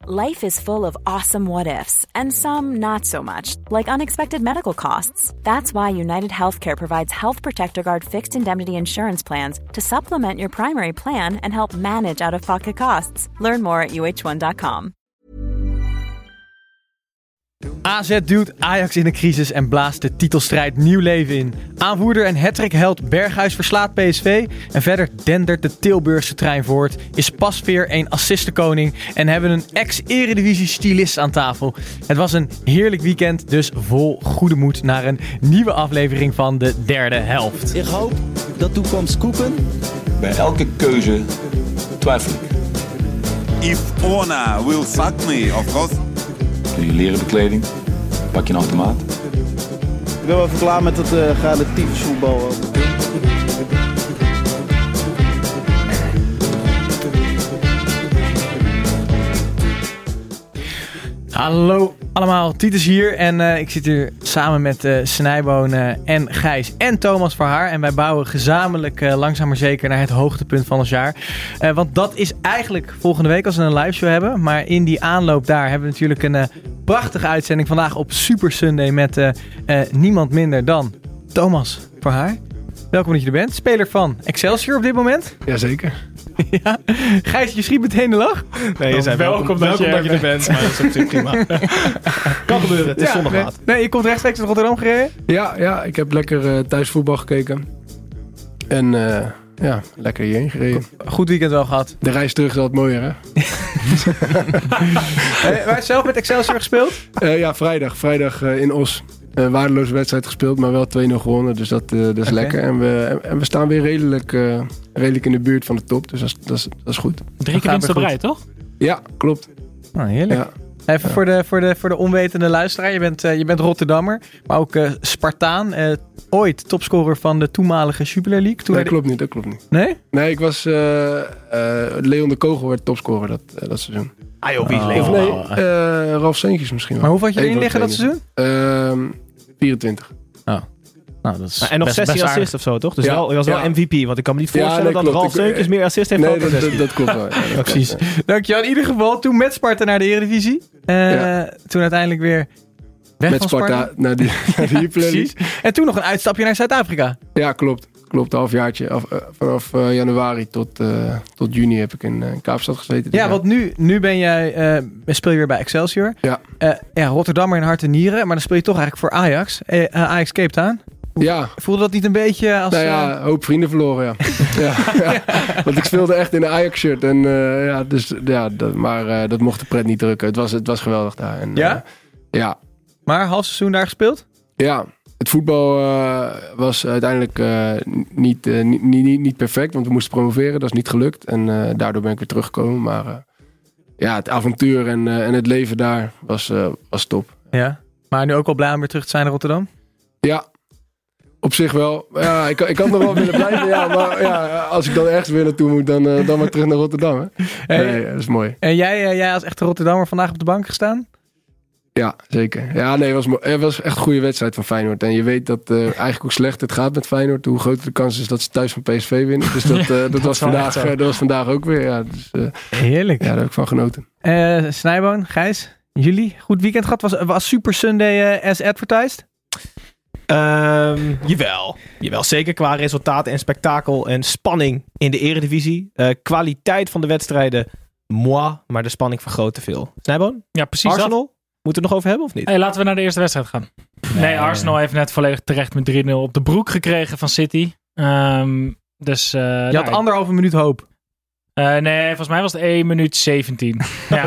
Life is full of awesome what-ifs, and some not so much, like unexpected medical costs. That's why United Healthcare provides Health Protector Guard fixed indemnity insurance plans to supplement your primary plan and help manage out-of-pocket costs. Learn more at uh1.com. AZ duwt Ajax in de crisis en blaast de titelstrijd nieuw leven in. Aanvoerder en hattrick-held Berghuis verslaat PSV. En verder dendert de Tilburgse trein voort. Is Pasveer een assistenkoning. En hebben een ex-eredivisie-stylist aan tafel. Het was een heerlijk weekend, dus vol goede moed naar een nieuwe aflevering van de derde helft. Ik hoop dat toekomst koeken. Bij elke keuze twijfel ik. If Ona will fuck me, of course. Doe je leren bekleding, pak je een automaat. Ik ben wel even klaar met het relatief voetbal. Hallo allemaal, Titus hier en ik zit hier samen met Snijboon en Gijs en Thomas Verhaar. En wij bouwen gezamenlijk langzaam maar zeker naar het hoogtepunt van ons jaar. Want dat is eigenlijk volgende week als we een live show hebben. Maar in die aanloop daar hebben we natuurlijk een prachtige uitzending vandaag op Super Sunday met niemand minder dan Thomas Verhaar. Welkom dat je er bent, speler van Excelsior op dit moment. Jazeker. Ja. Gijs, je schiet meteen de lach. Nee, je zei welkom dat je er bent, maar dat is op zich prima. Kan gebeuren, het is zondaglaat. Nee, je komt rechtstreeks uit Rotterdam gereden? Ja, ik heb lekker thuis voetbal gekeken. En lekker hierheen gereden. Goed weekend wel gehad. De reis terug is altijd mooier, hè? Waar zelf met Excelsior gespeeld? Vrijdag in Os. Waardeloze wedstrijd gespeeld, maar wel 2-0 gewonnen. Dus dat is lekker. En we staan weer redelijk in de buurt van de top. Dus dat is goed. 3 keer winst op rij, toch? Ja, klopt. Oh, heerlijk. Ja. Even voor de onwetende luisteraar. Je bent Rotterdammer, maar ook Spartaan. Ooit topscorer van de toenmalige Jupiler League. Dat klopt niet. Nee? Nee, ik was... Leon de Kogel werd topscorer dat seizoen. Wie is Leon? Ralf Seentjes misschien wel. Maar hoeveel had je erin liggen dat seizoen? 24. Oh. Nou, dat is en nog 16 assists of zo, toch? Dus je was wel MVP. Want ik kan me niet voorstellen dat Ralf Seentjes meer assists heeft dan 16. Dat klopt wel. Ja, precies. Dankjewel. In ieder geval, toen met Sparta naar de Eredivisie. Toen uiteindelijk weer weg met van Sparta naar de Jupiler League. En toen nog een uitstapje naar Zuid-Afrika. Ja, klopt. Klopt, een halfjaartje. Vanaf januari tot juni heb ik in Kaapstad gezeten. Ja, want nu ben jij, speel je weer bij Excelsior. Ja. Rotterdammer in hart en nieren. Maar dan speel je toch eigenlijk voor Ajax. Ajax Cape Town. Ja. Voelde dat niet een beetje als... hoop vrienden verloren, ja. ja. Want ik speelde echt in een Ajax-shirt. En maar dat mocht de pret niet drukken. Het was geweldig daar. En, ja. Maar half seizoen daar gespeeld? Ja. Het voetbal was uiteindelijk niet perfect, want we moesten promoveren. Dat is niet gelukt en daardoor ben ik weer teruggekomen. Maar het avontuur en het leven daar was top. Ja, maar nu ook wel blij om weer terug te zijn in Rotterdam? Ja, op zich wel. Ja, ik had nog wel willen blijven. Ja, maar als ik dan ergens weer naartoe moet, dan maar terug naar Rotterdam. Hè? Nee, dat is mooi. En jij als echte Rotterdammer vandaag op de bank gestaan? Ja, zeker. Ja, nee, het was echt een goede wedstrijd van Feyenoord. En je weet dat eigenlijk hoe slecht het gaat met Feyenoord. Hoe groter de kans is dat ze thuis van PSV winnen. Dus dat was vandaag ook weer. Ja, dus, heerlijk. Ja, daar heb ik van genoten. Snijboon, Gijs, jullie goed weekend gehad? Was Super Sunday as advertised? Jawel, zeker qua resultaten en spektakel en spanning in de Eredivisie. Kwaliteit van de wedstrijden, maar de spanning vergroot te veel. Snijboon? Ja, precies. Arsenal? Moeten we het nog over hebben of niet? Hey, laten we naar de eerste wedstrijd gaan. Nee, Arsenal heeft net volledig terecht met 3-0 op de broek gekregen van City. Je had 1,5 minuut hoop. Nee, volgens mij was het 1 minuut 17. Ja.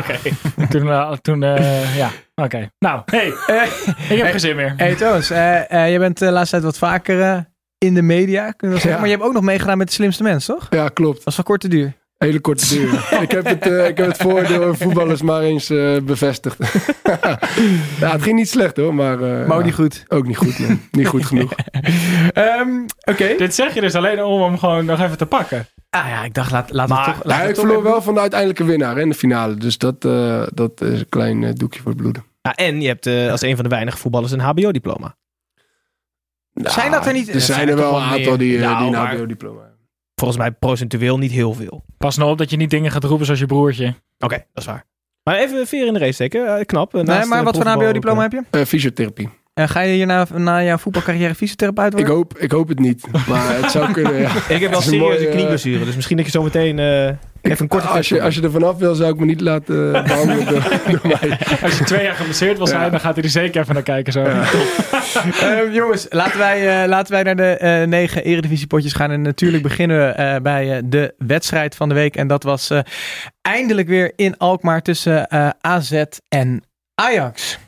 Oké. Nou, ik heb geen zin meer. Hey Thomas, je bent de laatste tijd wat vaker in de media, kunnen we zeggen. Maar je hebt ook nog meegedaan met De Slimste Mens, toch? Ja, klopt. Dat was van korte duur. Hele korte duur. Ik heb het voordeel voetballers maar eens bevestigd. Het ging niet slecht hoor, maar ook niet goed. Ook niet goed, nee. Niet goed genoeg. Oké. Dit zeg je dus alleen om hem gewoon nog even te pakken. Ik dacht, laat het toch... Ik verloor wel van de uiteindelijke winnaar in de finale. Dus dat is een klein doekje voor het bloeden. Ja, en je hebt als een van de weinige voetballers een HBO-diploma. Zijn dat er niet... Er zijn er wel een aantal die een HBO-diploma hebben. Volgens mij procentueel niet heel veel. Pas nou op dat je niet dingen gaat roepen zoals je broertje. Oké, dat is waar. Maar even veer in de race steken. Knap. Nee, maar wat voor HBO-diploma heb je? Fysiotherapie. Ga je hierna na jouw voetbalcarrière fysiotherapeut worden? Ik hoop het niet. Maar het zou kunnen, ja. Ik heb wel serieuze knieblessure. Dus misschien dat je zo meteen even een korte... Als je er vanaf wil, zou ik me niet laten behandelen door mij. Als je 2 jaar geblesseerd wil zijn, dan gaat hij er zeker even naar kijken. Zo. Ja. Jongens, laten wij naar de 9 eredivisiepotjes gaan. En natuurlijk beginnen we bij de wedstrijd van de week. En dat was eindelijk weer in Alkmaar tussen AZ en Ajax.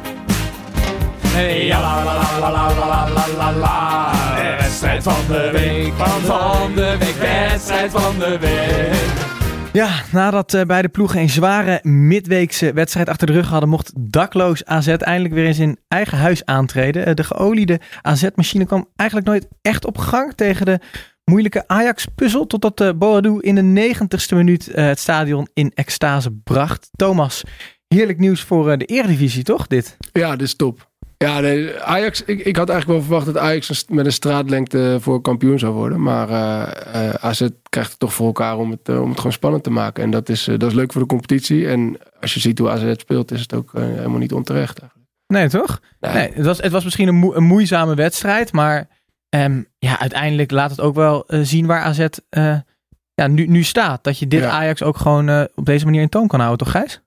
Hey, ja, la, la, la, la, la, la, la, la. Wedstrijd van de week, wedstrijd van de week. Ja, nadat beide ploegen een zware midweekse wedstrijd achter de rug hadden, mocht dakloos AZ eindelijk weer eens in eigen huis aantreden. De geoliede AZ-machine kwam eigenlijk nooit echt op gang tegen de moeilijke Ajax-puzzel, totdat Boadu in de 90ste minuut het stadion in extase bracht. Thomas, heerlijk nieuws voor de Eredivisie, toch, dit? Ja, dit is top. Ja, nee, Ajax, ik had eigenlijk wel verwacht dat Ajax met een straatlengte voor kampioen zou worden. Maar AZ krijgt het toch voor elkaar om het gewoon spannend te maken. En dat is leuk voor de competitie. En als je ziet hoe AZ speelt, is het ook helemaal niet onterecht eigenlijk. Nee, toch? Nee, het was misschien een moeizame wedstrijd. Maar uiteindelijk laat het ook wel zien waar AZ nu staat. Dat je dit Ajax ook gewoon op deze manier in toom kan houden, toch Gijs?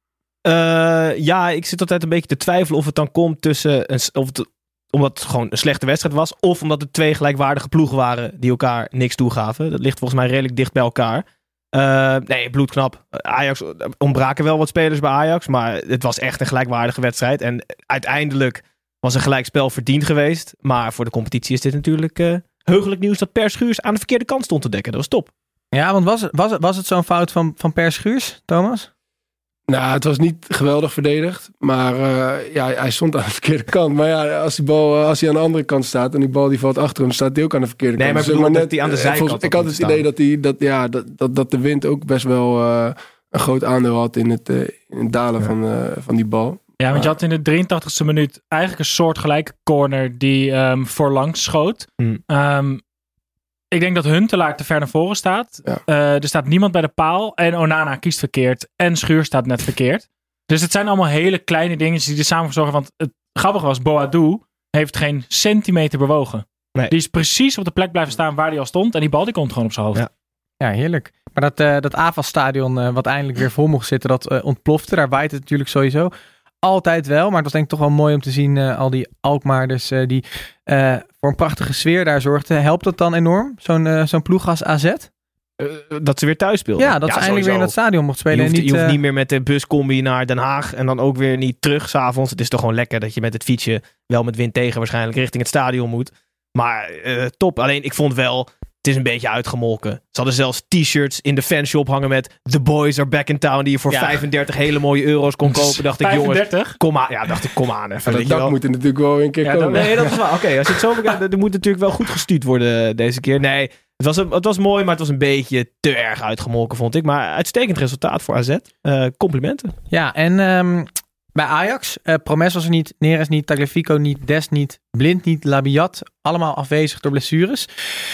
Ik zit altijd een beetje te twijfelen of het dan komt tussen omdat het gewoon een slechte wedstrijd was, of omdat het 2 gelijkwaardige ploegen waren die elkaar niks toegaven. Dat ligt volgens mij redelijk dicht bij elkaar. Bloedknap. Ajax ontbraken wel wat spelers bij Ajax, maar het was echt een gelijkwaardige wedstrijd. En uiteindelijk was een gelijkspel verdiend geweest. Maar voor de competitie is dit natuurlijk heugelijk nieuws dat Per Schuurs aan de verkeerde kant stond te dekken. Dat was top. Ja, want was het zo'n fout van Per Schuurs, Thomas? Nou, het was niet geweldig verdedigd. Maar hij stond aan de verkeerde kant. Maar ja, als hij aan de andere kant staat en die bal die valt achter hem, staat hij ook aan de verkeerde kant. Nee, maar ik bedoel dat hij aan de zijkant ik had het idee dat de wind ook best wel een groot aandeel had in het dalen van die bal. Ja, want je had in de 83ste minuut eigenlijk een soortgelijke corner die voorlangs schoot. Ik denk dat Huntelaar te ver naar voren staat. Ja. Er staat niemand bij de paal. En Onana kiest verkeerd. En Schuur staat net verkeerd. Dus het zijn allemaal hele kleine dingetjes die er samen voor zorgen. Want het grappige was, Boadu heeft geen centimeter bewogen. Nee. Die is precies op de plek blijven staan waar hij al stond. En die bal die komt gewoon op zijn hoofd. Ja, heerlijk. Maar dat AFAS-stadion wat eindelijk weer vol mocht zitten, dat ontplofte. Daar waait het natuurlijk sowieso altijd wel. Maar het was denk ik toch wel mooi om te zien al die Alkmaarders die voor een prachtige sfeer daar zorgden. Helpt dat dan enorm, zo'n ploeg als AZ? Dat ze weer thuis speelden. Ja, dat ze eindelijk weer in dat stadion mocht spelen. Je hoeft niet meer met de buscombi naar Den Haag en dan ook weer niet terug 's avonds. Het is toch gewoon lekker dat je met het fietsje, wel met wind tegen waarschijnlijk, richting het stadion moet. Maar top. Alleen ik vond wel, het is een beetje uitgemolken. Ze hadden zelfs t-shirts in de fanshop hangen met The Boys are back in town, die je voor 35 hele mooie euro's kon kopen. Dacht ik, 35? Jongens, kom aan. Ja, dacht ik, kom aan. Even, dat dak moet er natuurlijk wel een keer komen. Nee, dat is wel. Oké, als je het zo bekijkt, er moet natuurlijk wel goed gestuurd worden deze keer. Nee, het was mooi, maar het was een beetje te erg uitgemolken, vond ik. Maar uitstekend resultaat voor AZ. Complimenten. Ja, en bij Ajax, Promes was er niet, Neres niet, Tagliafico niet, Dest niet, Blind niet, Labiat. Allemaal afwezig door blessures.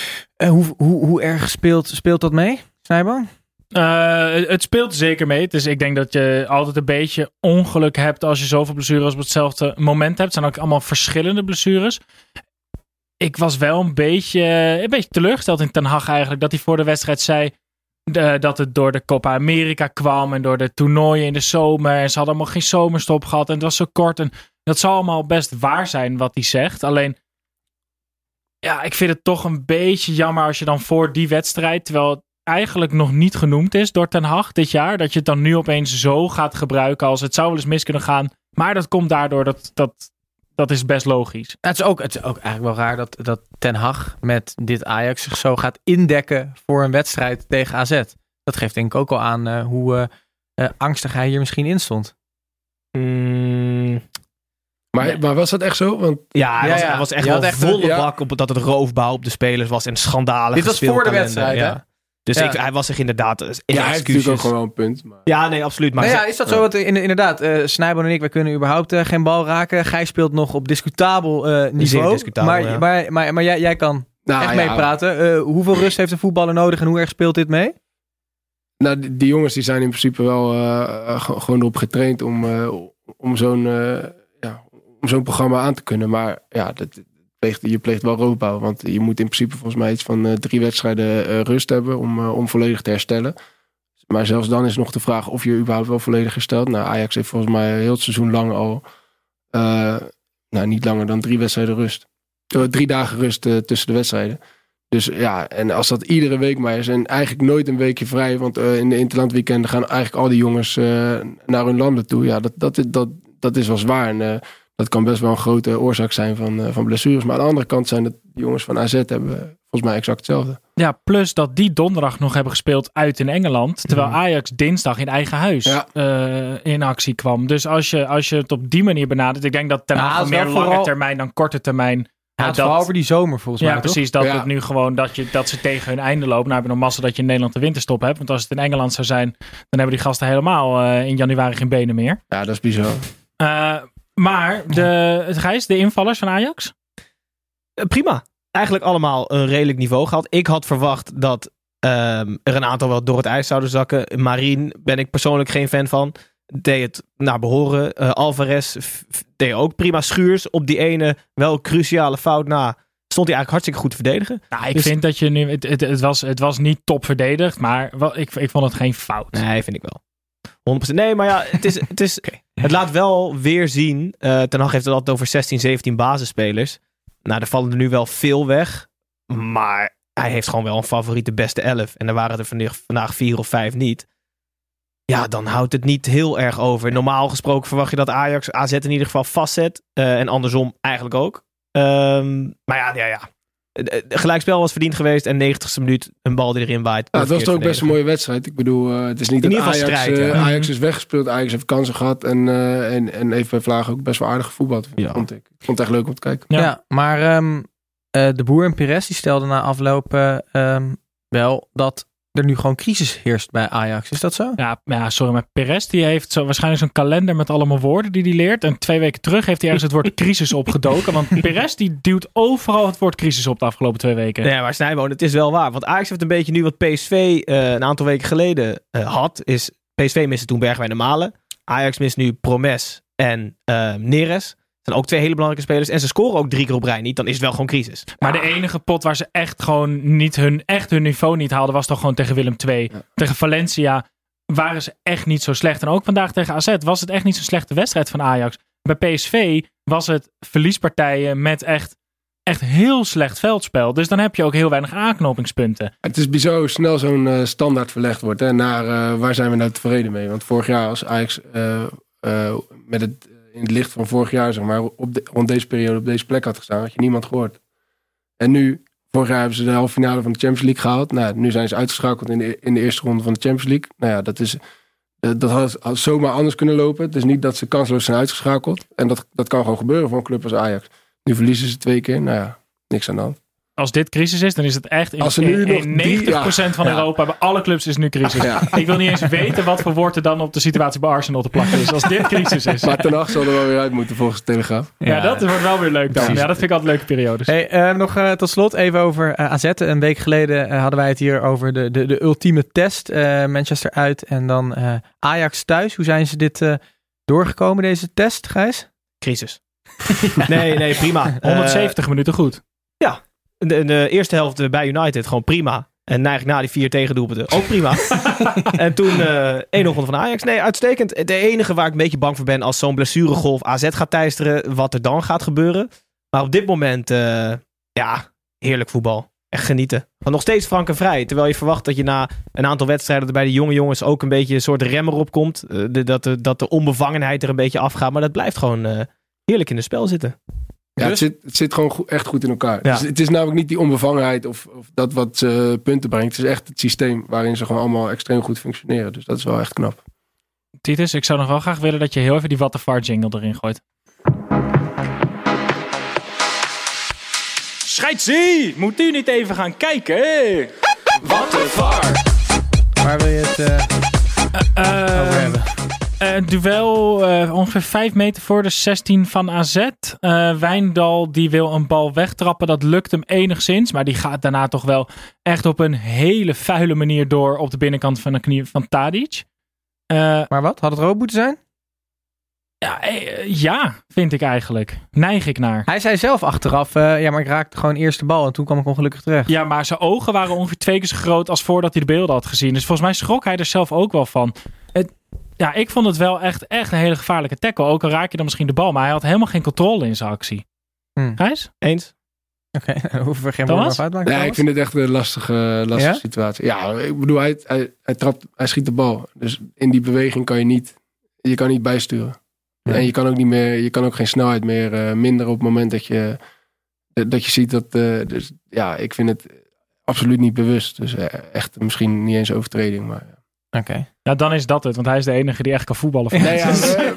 Hoe erg speelt dat mee, Snijboom? Het speelt zeker mee. Dus ik denk dat je altijd een beetje ongeluk hebt als je zoveel blessures op hetzelfde moment hebt. Het zijn ook allemaal verschillende blessures. Ik was wel een beetje teleurgesteld in Ten Hag eigenlijk. Dat hij voor de wedstrijd zei dat het door de Copa America kwam en door de toernooien in de zomer. En ze hadden allemaal geen zomerstop gehad en het was zo kort. En dat zal allemaal best waar zijn wat hij zegt. Alleen, ja, ik vind het toch een beetje jammer als je dan voor die wedstrijd, terwijl het eigenlijk nog niet genoemd is door Ten Hag dit jaar, dat je het dan nu opeens zo gaat gebruiken als het zou wel eens mis kunnen gaan. Maar dat komt daardoor dat is best logisch. Het is ook eigenlijk wel raar dat Ten Hag met dit Ajax zich zo gaat indekken voor een wedstrijd tegen AZ. Dat geeft denk ik ook al aan hoe angstig hij hier misschien in stond. Maar was dat echt zo? Want hij was echt wel volle bak op dat het roofbouw op de spelers was en schandalig. Dit was voor de wedstrijd, hè? Dus hij was zich inderdaad... hij heeft natuurlijk ook gewoon een punt. Maar... Ja, nee, absoluut. Maar is dat zo? Want inderdaad, Snijboom en ik, wij kunnen überhaupt geen bal raken. Gij speelt nog op discutabel niveau. Discutabel, maar jij kan echt meepraten. Hoeveel rust heeft een voetballer nodig en hoe erg speelt dit mee? Nou, die jongens die zijn in principe wel gewoon erop getraind om zo'n programma aan te kunnen. Maar ja, je pleegt wel roofbouw. Want je moet in principe volgens mij iets van 3 wedstrijden rust hebben om volledig te herstellen. Maar zelfs dan is nog de vraag of je überhaupt wel volledig herstelt. Nou, Ajax heeft volgens mij heel het seizoen lang al niet langer dan 3 wedstrijden rust. 3 dagen rust tussen de wedstrijden. Dus ja, en als dat iedere week maar is en eigenlijk nooit een weekje vrij. Want in de interlandweekenden gaan eigenlijk al die jongens naar hun landen toe. Ja, dat is wel zwaar. En dat kan best wel een grote oorzaak zijn van blessures. Maar aan de andere kant zijn dat die jongens van AZ hebben volgens mij exact hetzelfde. Ja, plus dat die donderdag nog hebben gespeeld uit in Engeland. Terwijl Ajax dinsdag in eigen huis in actie kwam. Dus als je het op die manier benadert. Ik denk dat Ten Hag meer lange termijn dan korte termijn. Ja, het vooral over die zomer volgens mij. Ja, precies. Dat het nu gewoon dat ze tegen hun einde lopen. Nou heb je nog massa dat je in Nederland de winterstop hebt. Want als het in Engeland zou zijn, dan hebben die gasten helemaal in januari geen benen meer. Ja, dat is bizar. Maar de invallers van Ajax? Prima. Eigenlijk allemaal een redelijk niveau gehad. Ik had verwacht dat er een aantal wel door het ijs zouden zakken. Marien ben ik persoonlijk geen fan van. Deed het naar behoren. Alvarez deed ook prima. Schuurs op die ene wel cruciale fout na. Stond hij eigenlijk hartstikke goed te verdedigen. Nou, ik vind dat je nu... Het was niet top verdedigd. Maar ik vond het geen fout. Nee, vind ik wel. 100%. Nee, maar ja, het is okay. Het laat wel weer zien. Ten Hag heeft het altijd over 16, 17 basisspelers. Nou, er vallen er nu wel veel weg. Maar hij heeft gewoon wel een favoriete beste 11. En er waren er vandaag 4 of 5 niet. Ja, dan houdt het niet heel erg over. Normaal gesproken verwacht je dat Ajax AZ in ieder geval vastzet. En andersom eigenlijk ook. Maar ja. Gelijkspel was verdiend geweest. En 90ste minuut een bal die erin waait. Ja, het was toch ook best een mooie wedstrijd. Ik bedoel, het is niet dat Ajax is weggespeeld. Ajax heeft kansen gehad. En heeft bij Vlaag ook best wel aardig gevoetbald. Vond ik. Ik vond het echt leuk om te kijken. Ja, maar De Boer en Perez die stelden na afloop wel dat er nu gewoon crisis heerst bij Ajax. Is dat zo? Ja, sorry, maar Perez die heeft waarschijnlijk zo'n kalender met allemaal woorden die hij leert. En 2 weken terug heeft hij ergens het woord crisis opgedoken. Want Perez die duwt overal het woord crisis op de afgelopen 2 weken. Ja, maar Snijboon, het is wel waar. Want Ajax heeft een beetje nu wat PSV een aantal weken geleden had. PSV miste toen Bergwijn en Malen. Ajax mist nu Promes en Neres. Dat zijn ook 2 hele belangrijke spelers. En ze scoren ook 3 keer op rij niet. Dan is het wel gewoon crisis. Maar de enige pot waar ze echt gewoon niet hun niveau niet haalden, was toch gewoon tegen Willem II. Ja. Tegen Valencia waren ze echt niet zo slecht. En ook vandaag tegen AZ was het echt niet zo'n slechte wedstrijd van Ajax. Bij PSV was het verliespartijen met echt heel slecht veldspel. Dus dan heb je ook heel weinig aanknopingspunten. Het is bizar hoe snel zo'n standaard verlegd wordt. Hè, naar waar zijn we nou tevreden mee? Want vorig jaar als Ajax met het in het licht van vorig jaar, zeg maar, rond deze periode op deze plek had gestaan, had je niemand gehoord. En nu, vorig jaar hebben ze de halve finale van de Champions League gehaald. Nou, nu zijn ze uitgeschakeld in de eerste ronde van de Champions League. Nou ja, dat had zomaar anders kunnen lopen. Het is niet dat ze kansloos zijn uitgeschakeld. En dat kan gewoon gebeuren voor een club als Ajax. Nu verliezen ze 2 keer. Nou ja, niks aan de hand. Als dit crisis is, dan is het echt in 90% van Europa, bij alle clubs is nu crisis. Ja. Ik wil niet eens weten wat voor woord er dan op de situatie bij Arsenal te plakken is. Als dit crisis is. Maar ten Hag zal er wel weer uit moeten volgens de Telegraaf. Ja, dat wordt wel weer leuk dan. Ja, dat vind ik altijd leuke periodes. Hey, nog tot slot even over AZ. Een week geleden hadden wij het hier over de ultieme test. Manchester uit en dan Ajax thuis. Hoe zijn ze dit doorgekomen, deze test, Gijs? Crisis. Nee, prima. 170 minuten goed. Ja. De eerste helft bij United gewoon prima. En eigenlijk na die 4 tegendoelpunten ook prima. En toen 1-0 van Ajax. Nee, uitstekend. Het enige waar ik een beetje bang voor ben als zo'n blessuregolf AZ gaat teisteren, wat er dan gaat gebeuren. Maar op dit moment, heerlijk voetbal. Echt genieten. Maar nog steeds frank en vrij. Terwijl je verwacht dat je na een aantal wedstrijden er bij de jonge jongens ook een beetje een soort remmer op komt. Dat de onbevangenheid er een beetje afgaat. Maar dat blijft gewoon heerlijk in het spel zitten. Ja, dus? het zit gewoon echt goed in elkaar. Ja. Dus het is namelijk niet die onbevangenheid of dat wat punten brengt. Het is echt het systeem waarin ze gewoon allemaal extreem goed functioneren. Dus dat is wel echt knap. Titus, ik zou nog wel graag willen dat je heel even die What the VAR jingle erin gooit. Scheidsie! Moet u niet even gaan kijken? What the VAR! Waar wil je het over hebben? duel ongeveer 5 meter voor de 16 van AZ. Wijndal die wil een bal wegtrappen. Dat lukt hem enigszins. Maar die gaat daarna toch wel echt op een hele vuile manier door op de binnenkant van de knie van Tadic. Maar wat? Had het rood moeten zijn? Ja, vind ik eigenlijk. Neig ik naar. Hij zei zelf achteraf, maar ik raakte gewoon eerst de bal en toen kwam ik ongelukkig terecht. Ja, maar zijn ogen waren ongeveer 2 keer zo groot als voordat hij de beelden had gezien. Dus volgens mij schrok hij er zelf ook wel van. Ik vond het wel echt een hele gevaarlijke tackle. Ook al raak je dan misschien de bal, maar hij had helemaal geen controle in zijn actie. Gijs? Eens? Oké, hoeven we geen woord meer uit te maken. Ja, ik vind het echt een lastige situatie. Ja, ik bedoel, hij schiet de bal. Dus in die beweging kan je niet bijsturen. Ja. En je kan ook niet meer, je kan ook geen snelheid meer minderen op het moment dat je ziet dat. Dus ja, ik vind het absoluut niet bewust. Dus echt misschien niet eens overtreding, maar. Oké. Ja, dan is dat het, want hij is de enige die echt kan voetballen. Nee, ja,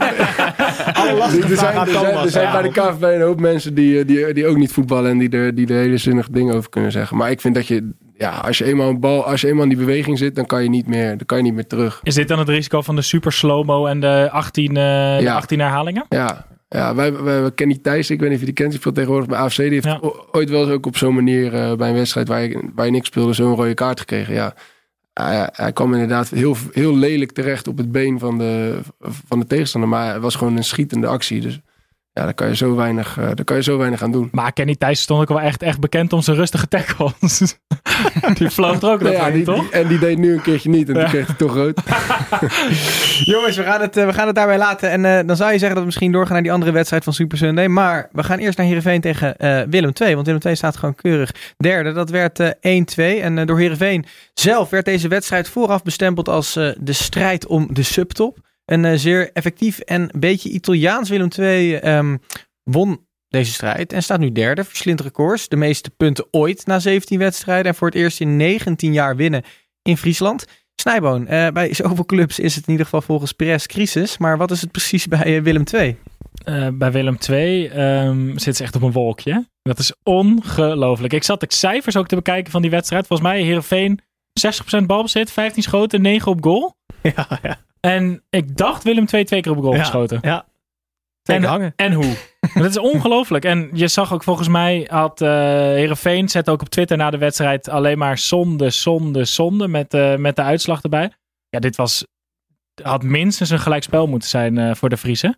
er zijn bij de KVB een hoop mensen die ook niet voetballen en die er hele zinnige dingen over kunnen zeggen. Maar ik vind dat je, als je eenmaal in die beweging zit, dan kan je niet meer terug. Is dit dan het risico van de super slow-mo en de 18 herhalingen? Ja, wij hebben Kenny Thijs, ik weet niet of je die kent, die speelt tegenwoordig bij AFC. Die heeft ooit wel eens ook op zo'n manier bij een wedstrijd waar je niks speelde, zo'n rode kaart gekregen. Ja. Hij kwam inderdaad heel lelijk terecht op het been van de tegenstander. Maar het was gewoon een schietende actie. Dus ja, daar kan je zo weinig aan doen. Maar Kenny Thijs stond ook wel echt bekend om zijn rustige tackles. Die vloog er ook nog toch? En die deed nu een keertje niet. En die kreeg hij toch rood. Jongens, we gaan het daarbij laten. En dan zou je zeggen dat we misschien doorgaan naar die andere wedstrijd van Super Sunday. Maar we gaan eerst naar Heerenveen tegen Willem II. Want Willem II staat gewoon keurig derde. Dat werd 1-2. En door Heerenveen zelf werd deze wedstrijd vooraf bestempeld als de strijd om de subtop. Een zeer effectief en een beetje Italiaans Willem II won deze strijd en staat nu derde. Verslindt records. De meeste punten ooit na 17 wedstrijden. En voor het eerst in 19 jaar winnen in Friesland. Snijboon, bij zoveel clubs is het in ieder geval volgens Perez crisis. Maar wat is het precies bij Willem II? Bij Willem II zit ze echt op een wolkje. Dat is ongelooflijk. Ik zat de cijfers ook te bekijken van die wedstrijd. Volgens mij Heerenveen 60% balbezit, 15 schoten, 9 op goal. Ja. En ik dacht Willem II 2 keer op goal geschoten. Ja. En hoe? Dat is ongelooflijk. En je zag ook volgens mij had Heerenveen zette ook op Twitter na de wedstrijd alleen maar zonde met de uitslag erbij. Ja, dit had minstens een gelijkspel moeten zijn voor de Friese.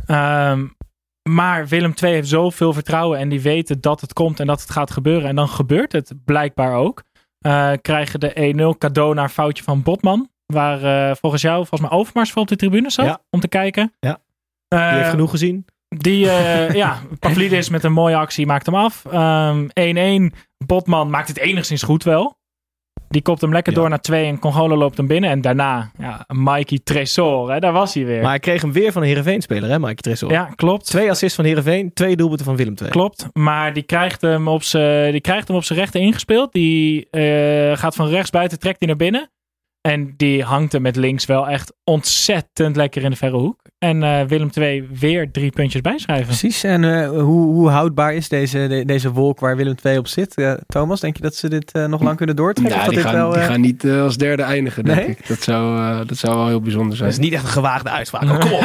Maar Willem II heeft zoveel vertrouwen en die weten dat het komt en dat het gaat gebeuren. En dan gebeurt het blijkbaar ook. Krijgen de 1-0 cadeau naar foutje van Botman. Waar volgens mij Overmars voor op de tribune zat om te kijken. Ja. Die heeft genoeg gezien. Pavlidis met een mooie actie maakt hem af. 1-1. Botman maakt het enigszins goed wel. Die kopt hem lekker door naar 2 en Congolo loopt hem binnen. En daarna, Mikey Tresor, daar was hij weer. Maar hij kreeg hem weer van een Heerenveen-speler, hè, Mikey Tresor? Ja, klopt. 2 assists van Heerenveen, 2 doelpunten van Willem II. Klopt, maar die krijgt hem op zijn rechter ingespeeld. Die gaat van rechts buiten, trekt hij naar binnen. En die hangt er met links wel echt ontzettend lekker in de verre hoek. En Willem II weer 3 puntjes bijschrijven. Precies. En hoe houdbaar is deze wolk waar Willem II op zit? Thomas, denk je dat ze dit nog lang kunnen doortrekken? Ja, die gaan niet als derde eindigen, denk ik. Dat zou wel heel bijzonder zijn. Dat is niet echt een gewaagde uitspraak. Oh, kom op.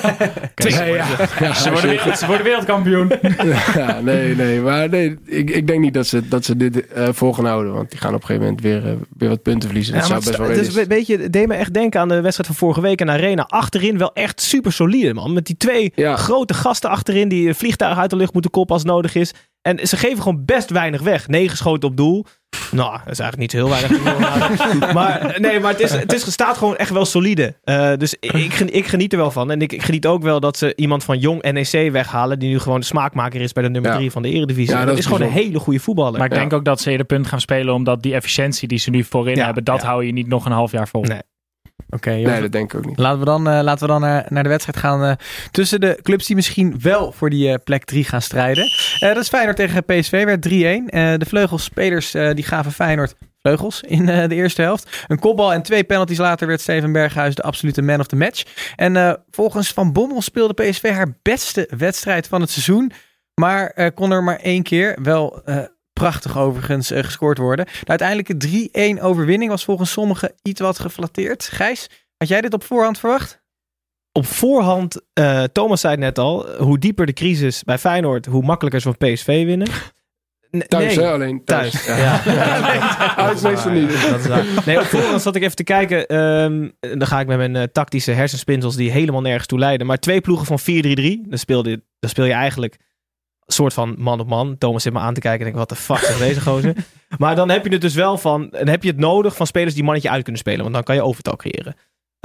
Ze worden wereldkampioen. Nee. Maar ik denk niet dat ze dit vol gaan houden. Want die gaan op een gegeven moment weer wat punten verliezen. Dat zou best wel redelijk. Het deed me echt denken aan de wedstrijd van vorige week in Arena. Achterin wel echt super solide, man. Met die 2 grote gasten achterin die vliegtuigen uit de lucht moeten koppen als het nodig is. En ze geven gewoon best weinig weg. 9 schoten op doel. Nou, dat is eigenlijk niet zo heel weinig. maar het staat gewoon echt wel solide. Dus ik geniet er wel van. En ik geniet ook wel dat ze iemand van Jong NEC weghalen. Die nu gewoon de smaakmaker is bij de nummer 3 van de Eredivisie. Ja, dat is gewoon een hele goede voetballer. Maar ik denk ook dat ze eerder punt gaan spelen. Omdat die efficiëntie die ze nu voorin hebben. Dat hou je niet nog een half jaar vol. Nee. Nee, dat denk ik ook niet. Laten we dan naar de wedstrijd gaan tussen de clubs die misschien wel voor die plek 3 gaan strijden. Dat is Feyenoord tegen PSV, werd 3-1. De vleugelspelers die gaven Feyenoord vleugels in de eerste helft. Een kopbal en 2 penalties later werd Steven Berghuis de absolute man of the match. En volgens Van Bommel speelde PSV haar beste wedstrijd van het seizoen. Maar kon er maar 1 keer wel... prachtig overigens gescoord worden. De uiteindelijke 3-1 overwinning was volgens sommigen iets wat geflatteerd. Gijs, had jij dit op voorhand verwacht? op voorhand, Thomas zei het net al, hoe dieper de crisis bij Feyenoord, hoe makkelijker ze van PSV winnen. Thuis, hè? Alleen thuis. Ja. Uit meestal niet. Dat is waar. Nee, op voorhand zat ik even te kijken. Dan ga ik met mijn tactische hersenspinsels die helemaal nergens toe leiden. Maar 2 ploegen van 4-3-3. Dan speel je eigenlijk een soort van man op man. Thomas zit me aan te kijken en denk, wat de fuck is deze gozer? Maar dan heb je het dus wel van, dan heb je het nodig van spelers die mannetje uit kunnen spelen. Want dan kan je overtal creëren.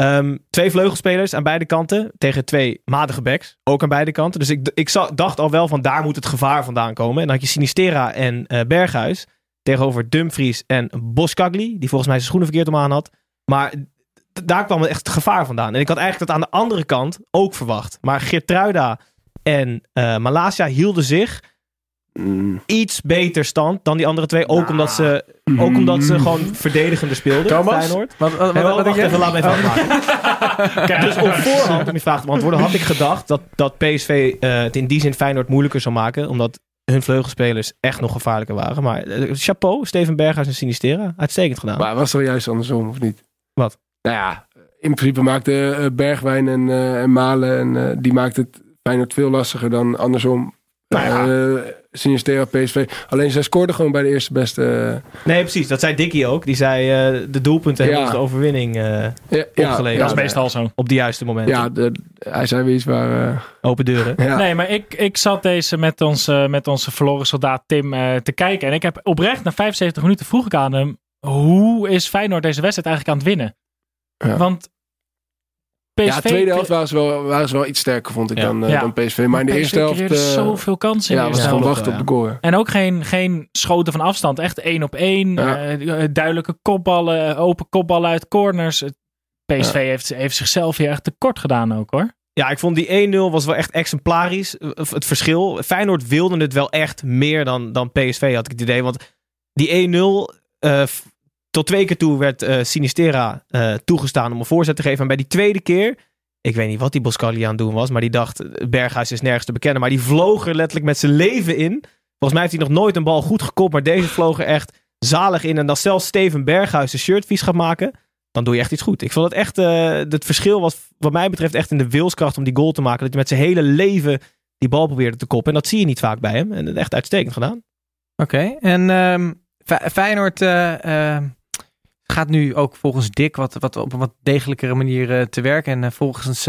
2 vleugelspelers aan beide kanten tegen 2 matige backs. Ook aan beide kanten. Dus ik dacht al wel van daar moet het gevaar vandaan komen. En dan had je Sinistera en Berghuis tegenover Dumfries en Boskagli. Die volgens mij zijn schoenen verkeerd om aan had. Maar daar kwam echt het gevaar vandaan. En ik had eigenlijk dat aan de andere kant ook verwacht. Maar Geertruida en Malacia hielden zich iets beter stand dan die andere 2. Ook omdat ze gewoon verdedigender speelden. Thomas? Feyenoord. Wat denk je? Even, laat me even afmaken. Dus op voorhand, om je vraag te beantwoorden, had ik gedacht dat PSV het in die zin Feyenoord moeilijker zou maken. Omdat hun vleugelspelers echt nog gevaarlijker waren. Maar chapeau, Steven Berghuis en Sinistera. Uitstekend gedaan. Maar was er juist andersom, of niet? Wat? Nou ja, in principe maakte Bergwijn en Malen en die maakte het Feyenoord veel lastiger dan andersom. Sinistera, PSV. Alleen zij scoorden gewoon bij de eerste beste. Nee, precies. Dat zei Dickie ook. Die zei de doelpunten hebben ons de overwinning opgeleverd. Dat is meestal zo. Op de juiste momenten. Ja, hij zei weer iets waar... Open deuren. Ja. Nee, maar ik zat deze met onze verloren soldaat Tim te kijken. En ik heb oprecht na 75 minuten vroeg ik aan hem, hoe is Feyenoord deze wedstrijd eigenlijk aan het winnen? Ja. Want PSV... Ja, tweede helft waren ze wel iets sterker, vond ik, dan PSV. Maar in de eerste helft... creëerde zoveel kansen. Ja, was gewoon wachten op de goal. Ja. En ook geen schoten van afstand. Echt 1 op 1. Duidelijke kopballen, open kopballen uit corners. PSV heeft zichzelf hier echt tekort gedaan ook, hoor. Ja, ik vond die 1-0 was wel echt exemplarisch. Het verschil. Feyenoord wilde het wel echt meer dan PSV, had ik het idee. Want die 1-0... tot 2 keer toe werd Sinistera toegestaan om een voorzet te geven. En bij die tweede keer, ik weet niet wat die Boskagli aan het doen was, maar die dacht, Berghuis is nergens te bekennen. Maar die vloog er letterlijk met zijn leven in. Volgens mij heeft hij nog nooit een bal goed gekopt, maar deze vloog er echt zalig in. En als zelfs Steven Berghuis de shirt vies gaat maken, dan doe je echt iets goed. Ik vond het echt, het verschil was wat mij betreft echt in de wilskracht om die goal te maken. Dat hij met zijn hele leven die bal probeerde te koppen. En dat zie je niet vaak bij hem. En dat echt uitstekend gedaan. Oké, en Feyenoord... gaat nu ook volgens Dick wat op een wat degelijkere manier te werken. En volgens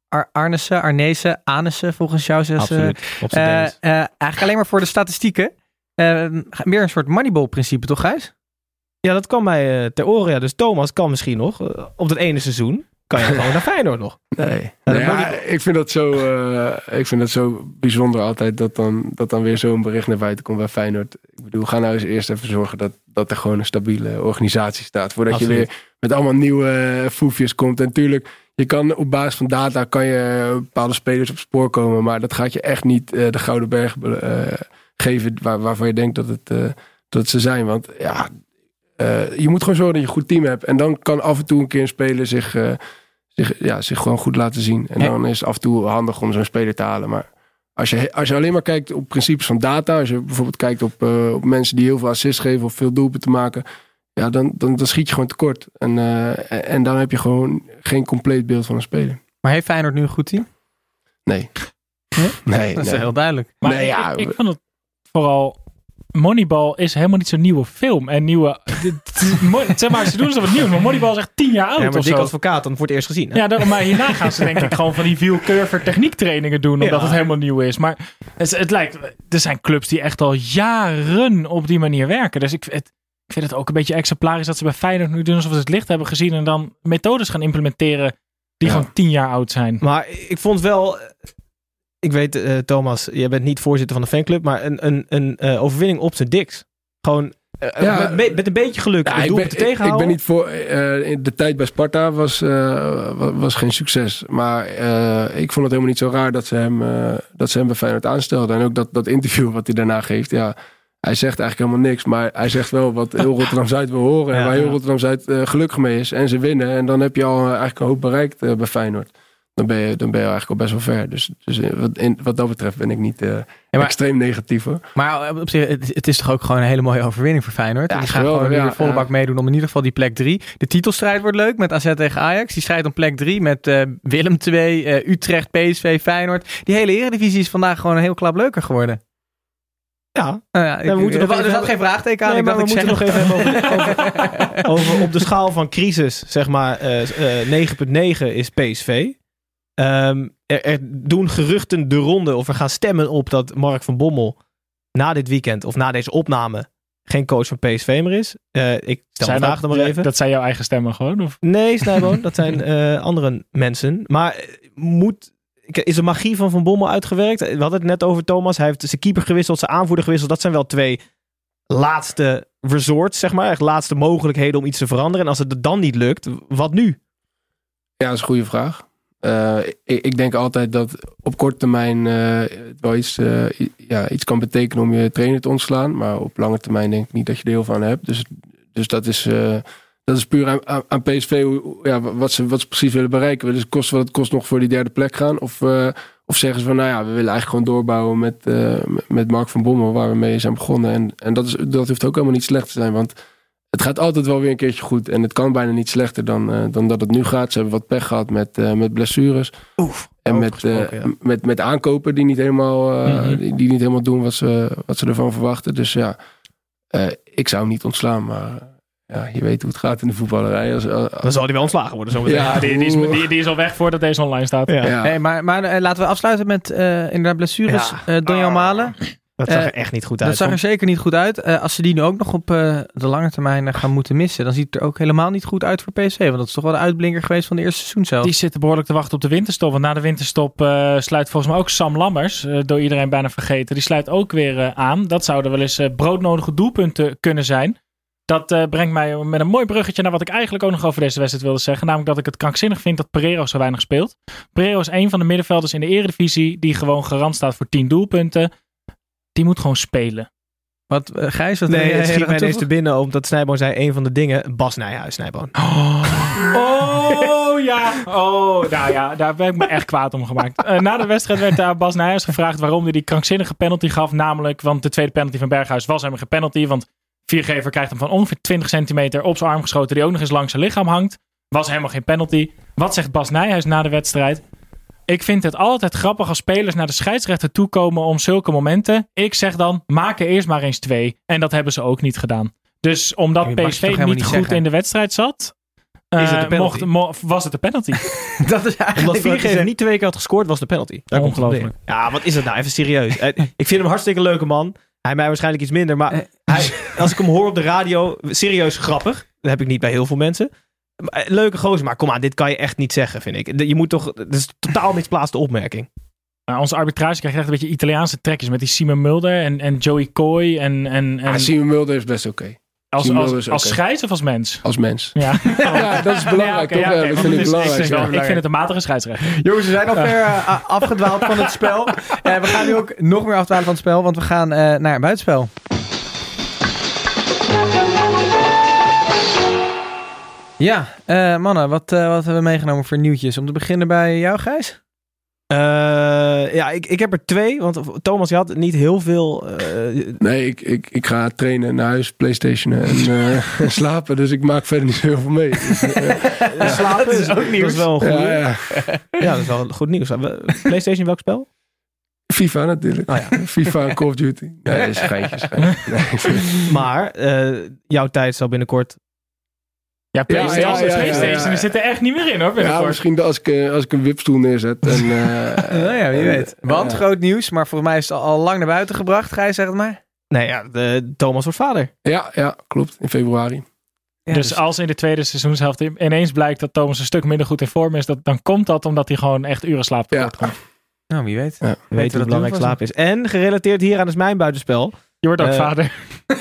Arnezen, volgens jou zes. Absoluut. Eigenlijk alleen maar voor de statistieken. Meer een soort Moneyball-principe, toch, Gijs? Ja, dat kwam mij ter oren. Ja. Dus Thomas kan misschien nog op dat ene seizoen kan je gewoon naar Feyenoord nog. Nee. Ik vind dat zo bijzonder altijd dat dan weer zo'n bericht naar buiten komt bij Feyenoord. Ik bedoel, ga nou eens eerst even zorgen dat er gewoon een stabiele organisatie staat. Voordat Absoluut. je weer met allemaal nieuwe foefjes komt. En natuurlijk, je kan op basis van data kan je bepaalde spelers op spoor komen. Maar dat gaat je echt niet de Gouden Berg geven waarvan je denkt dat het ze zijn. Want ja, je moet gewoon zorgen dat je een goed team hebt. En dan kan af en toe een keer een speler zich gewoon goed laten zien. En dan is het af en toe handig om zo'n speler te halen. Maar als je alleen maar kijkt op principes van data. Als je bijvoorbeeld kijkt op mensen die heel veel assists geven of veel doelpunten maken. Ja, dan schiet je gewoon tekort. En dan heb je gewoon geen compleet beeld van een speler. Maar heeft Feyenoord nu een goed team? Nee. Dat is heel duidelijk. Maar ik vond het vooral... Moneyball is helemaal niet zo'n nieuwe film. En zeg maar, ze doen zo wat nieuws. Maar Moneyball is echt 10 jaar oud Ja, maar of Dick zo. Advocaat dan voor het eerst gezien. Hè? Ja, maar hierna gaan ze denk ik gewoon van die wielcurver techniektrainingen doen. Omdat het helemaal nieuw is. Maar het lijkt... Er zijn clubs die echt al jaren op die manier werken. Dus ik vind het ook een beetje exemplarisch dat ze bij Feyenoord nu doen alsof ze het licht hebben gezien. En dan methodes gaan implementeren die gewoon 10 jaar oud zijn. Maar ik vond wel... Ik weet, Thomas, jij bent niet voorzitter van de fanclub, maar een overwinning op zijn diks. Gewoon met een beetje geluk. Ja, ik ben niet voor... de tijd bij Sparta was geen succes. Maar ik vond het helemaal niet zo raar dat ze hem bij Feyenoord aanstelden. En ook dat interview wat hij daarna geeft. Ja, hij zegt eigenlijk helemaal niks. Maar hij zegt wel wat heel Rotterdam-Zuid wil horen. En waar heel Rotterdam-Zuid gelukkig mee is. En ze winnen. En dan heb je al eigenlijk een hoop bereikt bij Feyenoord. dan ben je eigenlijk al best wel ver. Dus wat dat betreft ben ik niet extreem negatief, hoor. Maar op zich, het is toch ook gewoon een hele mooie overwinning voor Feyenoord. Ja, die gaan gewoon weer volle bak meedoen om in ieder geval die plek 3. De titelstrijd wordt leuk met AZ tegen Ajax. Die strijd om plek 3 met Willem II, Utrecht, PSV, Feyenoord. Die hele Eredivisie is vandaag gewoon een heel klap leuker geworden. Ja, we moeten nog er zat geen vraagteken aan. Nee, maar we moeten nog even hebben over op de schaal van crisis, zeg maar 9,9 is PSV. Er doen geruchten de ronde of er gaan stemmen op dat Mark van Bommel na dit weekend of na deze opname geen coach van PSV meer is. Ik stel de vraag dan maar even. Dat zijn jouw eigen stemmen gewoon? Of? Nee, Snijboon, dat zijn andere mensen. Maar is de magie van Bommel uitgewerkt? We hadden het net over Thomas. Hij heeft zijn keeper gewisseld, zijn aanvoerder gewisseld. Dat zijn wel 2 laatste resorts, zeg maar. Echt laatste mogelijkheden om iets te veranderen. En als het dan niet lukt, wat nu? Ja, dat is een goede vraag. Ik denk altijd dat op korte termijn het wel iets kan betekenen om je trainer te ontslaan. Maar op lange termijn denk ik niet dat je er heel veel aan hebt. Dus dat is puur aan PSV wat ze precies willen bereiken. Willen ze kosten wat het kost nog voor die 3e plek gaan? Of zeggen ze van, we willen eigenlijk gewoon doorbouwen met Mark van Bommel, waar we mee zijn begonnen. En dat hoeft ook helemaal niet slecht te zijn, want het gaat altijd wel weer een keertje goed. En het kan bijna niet slechter dan dat het nu gaat. Ze hebben wat pech gehad met blessures. En met aankopen die niet helemaal doen wat ze ervan verwachten. Dus ik zou hem niet ontslaan, maar je weet hoe het gaat in de voetballerij. Dan zal hij wel ontslagen worden. Zo ja, die is al weg voordat deze online staat. Ja. Hey, maar laten we afsluiten met inderdaad blessures. Donjan Malen. Dat zag er echt niet goed uit. Dat zag er zeker niet goed uit. Als ze die nu ook nog op de lange termijn gaan moeten missen, dan ziet het er ook helemaal niet goed uit voor PSV. Want dat is toch wel de uitblinker geweest van de eerste seizoen zelf. Die zitten behoorlijk te wachten op de winterstop. Want na de winterstop sluit volgens mij ook Sam Lammers, door iedereen bijna vergeten, die sluit ook weer aan. Dat zouden wel eens broodnodige doelpunten kunnen zijn. Dat brengt mij met een mooi bruggetje naar wat ik eigenlijk ook nog over deze wedstrijd wilde zeggen. Namelijk dat ik het krankzinnig vind dat Pereiro zo weinig speelt. Pereiro is een van de middenvelders in de Eredivisie die gewoon garant staat voor 10 doelpunten. Die moet gewoon spelen. Wat, Gijs? Nee, het schiet mij ineens te binnen omdat Snijboon zei een van de dingen. Bas Nijhuis, Snijboon. Oh ja. Oh, nou ja, daar ben ik me echt kwaad om gemaakt. Na de wedstrijd werd aan Bas Nijhuis gevraagd waarom hij die krankzinnige penalty gaf. Namelijk, want de tweede penalty van Berghuis was helemaal geen penalty. Want Viergever krijgt hem van ongeveer 20 centimeter op zijn arm geschoten, die ook nog eens langs zijn lichaam hangt. Was helemaal geen penalty. Wat zegt Bas Nijhuis na de wedstrijd? Ik vind het altijd grappig als spelers naar de scheidsrechter toekomen om zulke momenten. Ik zeg dan, maak er eerst maar eens 2. En dat hebben ze ook niet gedaan. Dus omdat PSV niet goed in de wedstrijd zat, was het de penalty. Dat is eigenlijk omdat Viergever niet 2 keer had gescoord, was de penalty. Daar komt het op. Ja, wat is dat nou? Even serieus. Ik vind hem hartstikke leuke man. Hij mij waarschijnlijk iets minder, maar als ik hem hoor op de radio, serieus grappig. Dat heb ik niet bij heel veel mensen. Leuke gozer, maar kom aan, dit kan je echt niet zeggen, vind ik. Je moet toch, dat is totaal misplaatste opmerking. Onze arbitrage krijgt echt een beetje Italiaanse trekjes met die Simon Mulder en Joey Coy. Simon Mulder is best oké. Als scheids of als mens? Als mens. Ja, dat is belangrijk, toch? Dat vind ik belangrijk. Ik vind het een matige scheidsrechter. Jongens, we zijn al ver afgedwaald van het spel. We gaan nu ook nog meer afdwalen van het spel, want we gaan naar het buitenspel. Ja, mannen, wat hebben we meegenomen voor nieuwtjes? Om te beginnen bij jou, Gijs? Ik heb er 2, want Thomas, je had niet heel veel. Nee, ik ga trainen, naar huis, PlayStationen en slapen. Dus ik maak verder niet zo heel veel mee. Dus, slapen is ook nieuws. Dat is wel goed. Ja, dat is wel goed nieuws. PlayStation, welk spel? FIFA natuurlijk. Oh, ja. FIFA en Call of Duty. Nee, dat is geintjes. Nee. Maar jouw tijd zal binnenkort. Ja, PlayStation zit er echt niet meer in, hoor. Ja, misschien als ik een wipstoel neerzet. En, wie weet. Want groot nieuws, maar volgens mij is het al lang naar buiten gebracht. Gijs, zeg het maar. Nee, Thomas wordt vader. Ja, klopt. In februari. Ja, dus als in de tweede seizoenshelft ineens blijkt dat Thomas een stuk minder goed in vorm is, dan komt dat omdat hij gewoon echt uren slaapt. Ja. Nou, wie weet. Ja. Weet hoe belangrijk slaap is. En gerelateerd hieraan is mijn buitenspel. Je wordt ook vader.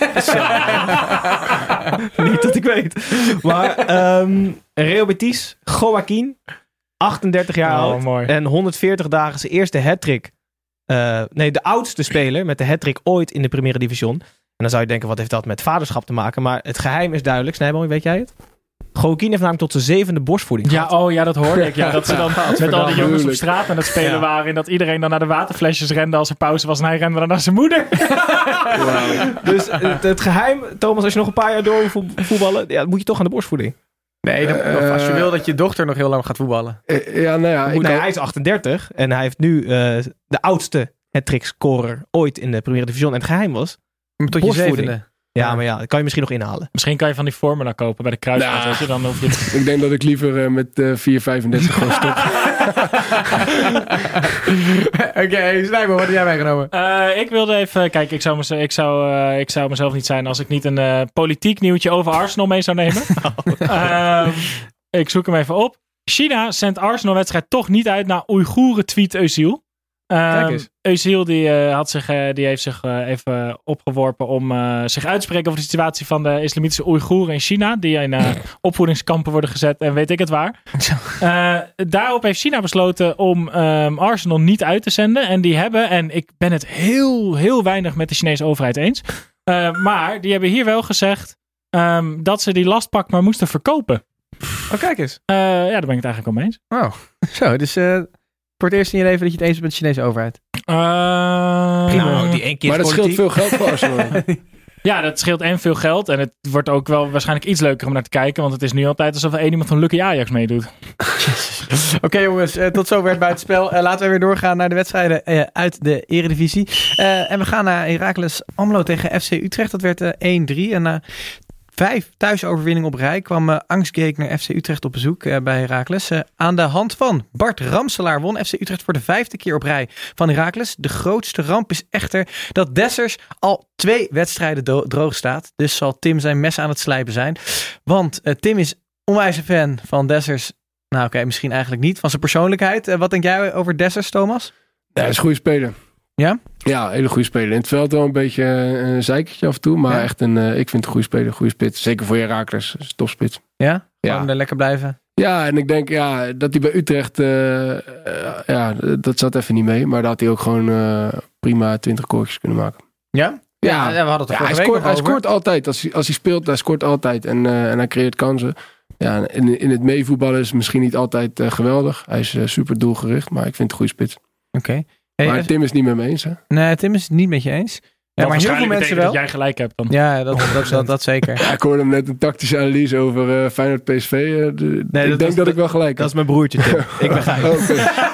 Niet dat ik weet. Maar Real Betis, Joaquin, 38 jaar oud. Mooi. En 140 dagen zijn eerste hattrick. De oudste speler met de hattrick ooit in de Primera Division. En dan zou je denken, wat heeft dat met vaderschap te maken? Maar het geheim is duidelijk. Snijboom, weet jij het? Gokin heeft namelijk tot zijn 7e borstvoeding gehad. Ja, dat hoorde ik. Ja, dat ze dan met al die jongens op straat aan het spelen Ja. waren. En dat iedereen dan naar de waterflesjes rende als er pauze was. En hij rende dan naar zijn moeder. Dus het geheim, Thomas, als je nog een paar jaar door wil voetballen, ja, dan moet je toch aan de borstvoeding. Nee, of als je wil dat je dochter nog heel lang gaat voetballen. Hij is 38 en hij heeft nu de oudste hat-trick-scorer ooit in de Primera Division. En het geheim was Maar tot je borstvoeding. 7e. Ja, maar ja, dat kan je misschien nog inhalen. Misschien kan je van die formula kopen bij de kruidvat. Weet je, dan hoef je Ik denk dat ik liever met 4,35 gewoon stop. Oké, Snijbo, wat heb jij meegenomen? Ik wilde even... Kijk, ik zou mezelf niet zijn als ik niet een politiek nieuwtje over Arsenal mee zou nemen. Ik zoek hem even op. China zendt Arsenal-wedstrijd toch niet uit naar Oeigoeren, tweet Özil. Kijk eens. Özil die heeft zich even opgeworpen om zich uit te spreken over de situatie van de islamitische Oeigoeren in China. Die in opvoedingskampen worden gezet en weet ik het waar. Daarop heeft China besloten om Arsenal niet uit te zenden. En die hebben, en ik ben het heel weinig met de Chinese overheid eens. Maar die hebben hier wel gezegd dat ze die lastpak maar moesten verkopen. Oh, kijk eens. Ja, daar ben ik het eigenlijk al mee eens. Oh, zo, dus voor het eerst in je leven dat je het eens bent met de Chinese overheid. Nou, die één keer Maar dat scheelt veel geld voor Arsenal. Ja, dat scheelt en veel geld. En het wordt ook wel waarschijnlijk iets leuker om naar te kijken. Want het is nu altijd alsof er één iemand van Lucky Ajax meedoet. Oké, jongens, tot zover het buitenspel. Laten we weer doorgaan naar de wedstrijden uit de Eredivisie. En we gaan naar Heracles Almelo tegen FC Utrecht. Dat werd 1-3. En 5 thuisoverwinningen op rij kwam angstgegner FC Utrecht op bezoek bij Heracles. Aan de hand van Bart Ramselaar won FC Utrecht voor de 5e keer op rij van Heracles. De grootste ramp is echter dat Dessers al 2 wedstrijden droog staat. Dus zal Tim zijn mes aan het slijpen zijn. Want Tim is onwijs een fan van Dessers. Nou oké, misschien eigenlijk niet. Van zijn persoonlijkheid. Wat denk jij over Dessers, Thomas? Ja, hij is een goede speler. Ja? Ja, een hele goede speler. In het veld wel een beetje een zeikertje af en toe. Maar echt ik vind het een goede speler, goede spits. Zeker voor Heracles. Dat is een topspits. Ja? Ja. Gewoon lekker blijven? Ja, en ik denk dat hij bij Utrecht... dat zat even niet mee. Maar dat had hij ook gewoon prima 20 koortjes kunnen maken. Ja? Ja, we hadden het hij scoort altijd. Als hij speelt, hij scoort altijd. En hij creëert kansen. Ja, in het meevoetballen is het misschien niet altijd geweldig. Hij is super doelgericht. Maar ik vind het een goede spits. Oké. Hey, maar Tim is het niet met me eens, hè? Nee, Tim is het niet met je eens. Ja, maar heel veel mensen wel. Dat jij gelijk hebt dan. Ja, dat zeker. Ja, ik hoorde hem net een tactische analyse over Feyenoord PSV. Ik denk dat ik wel gelijk heb. Dat is mijn broertje, Tim. Ik ben Gijs.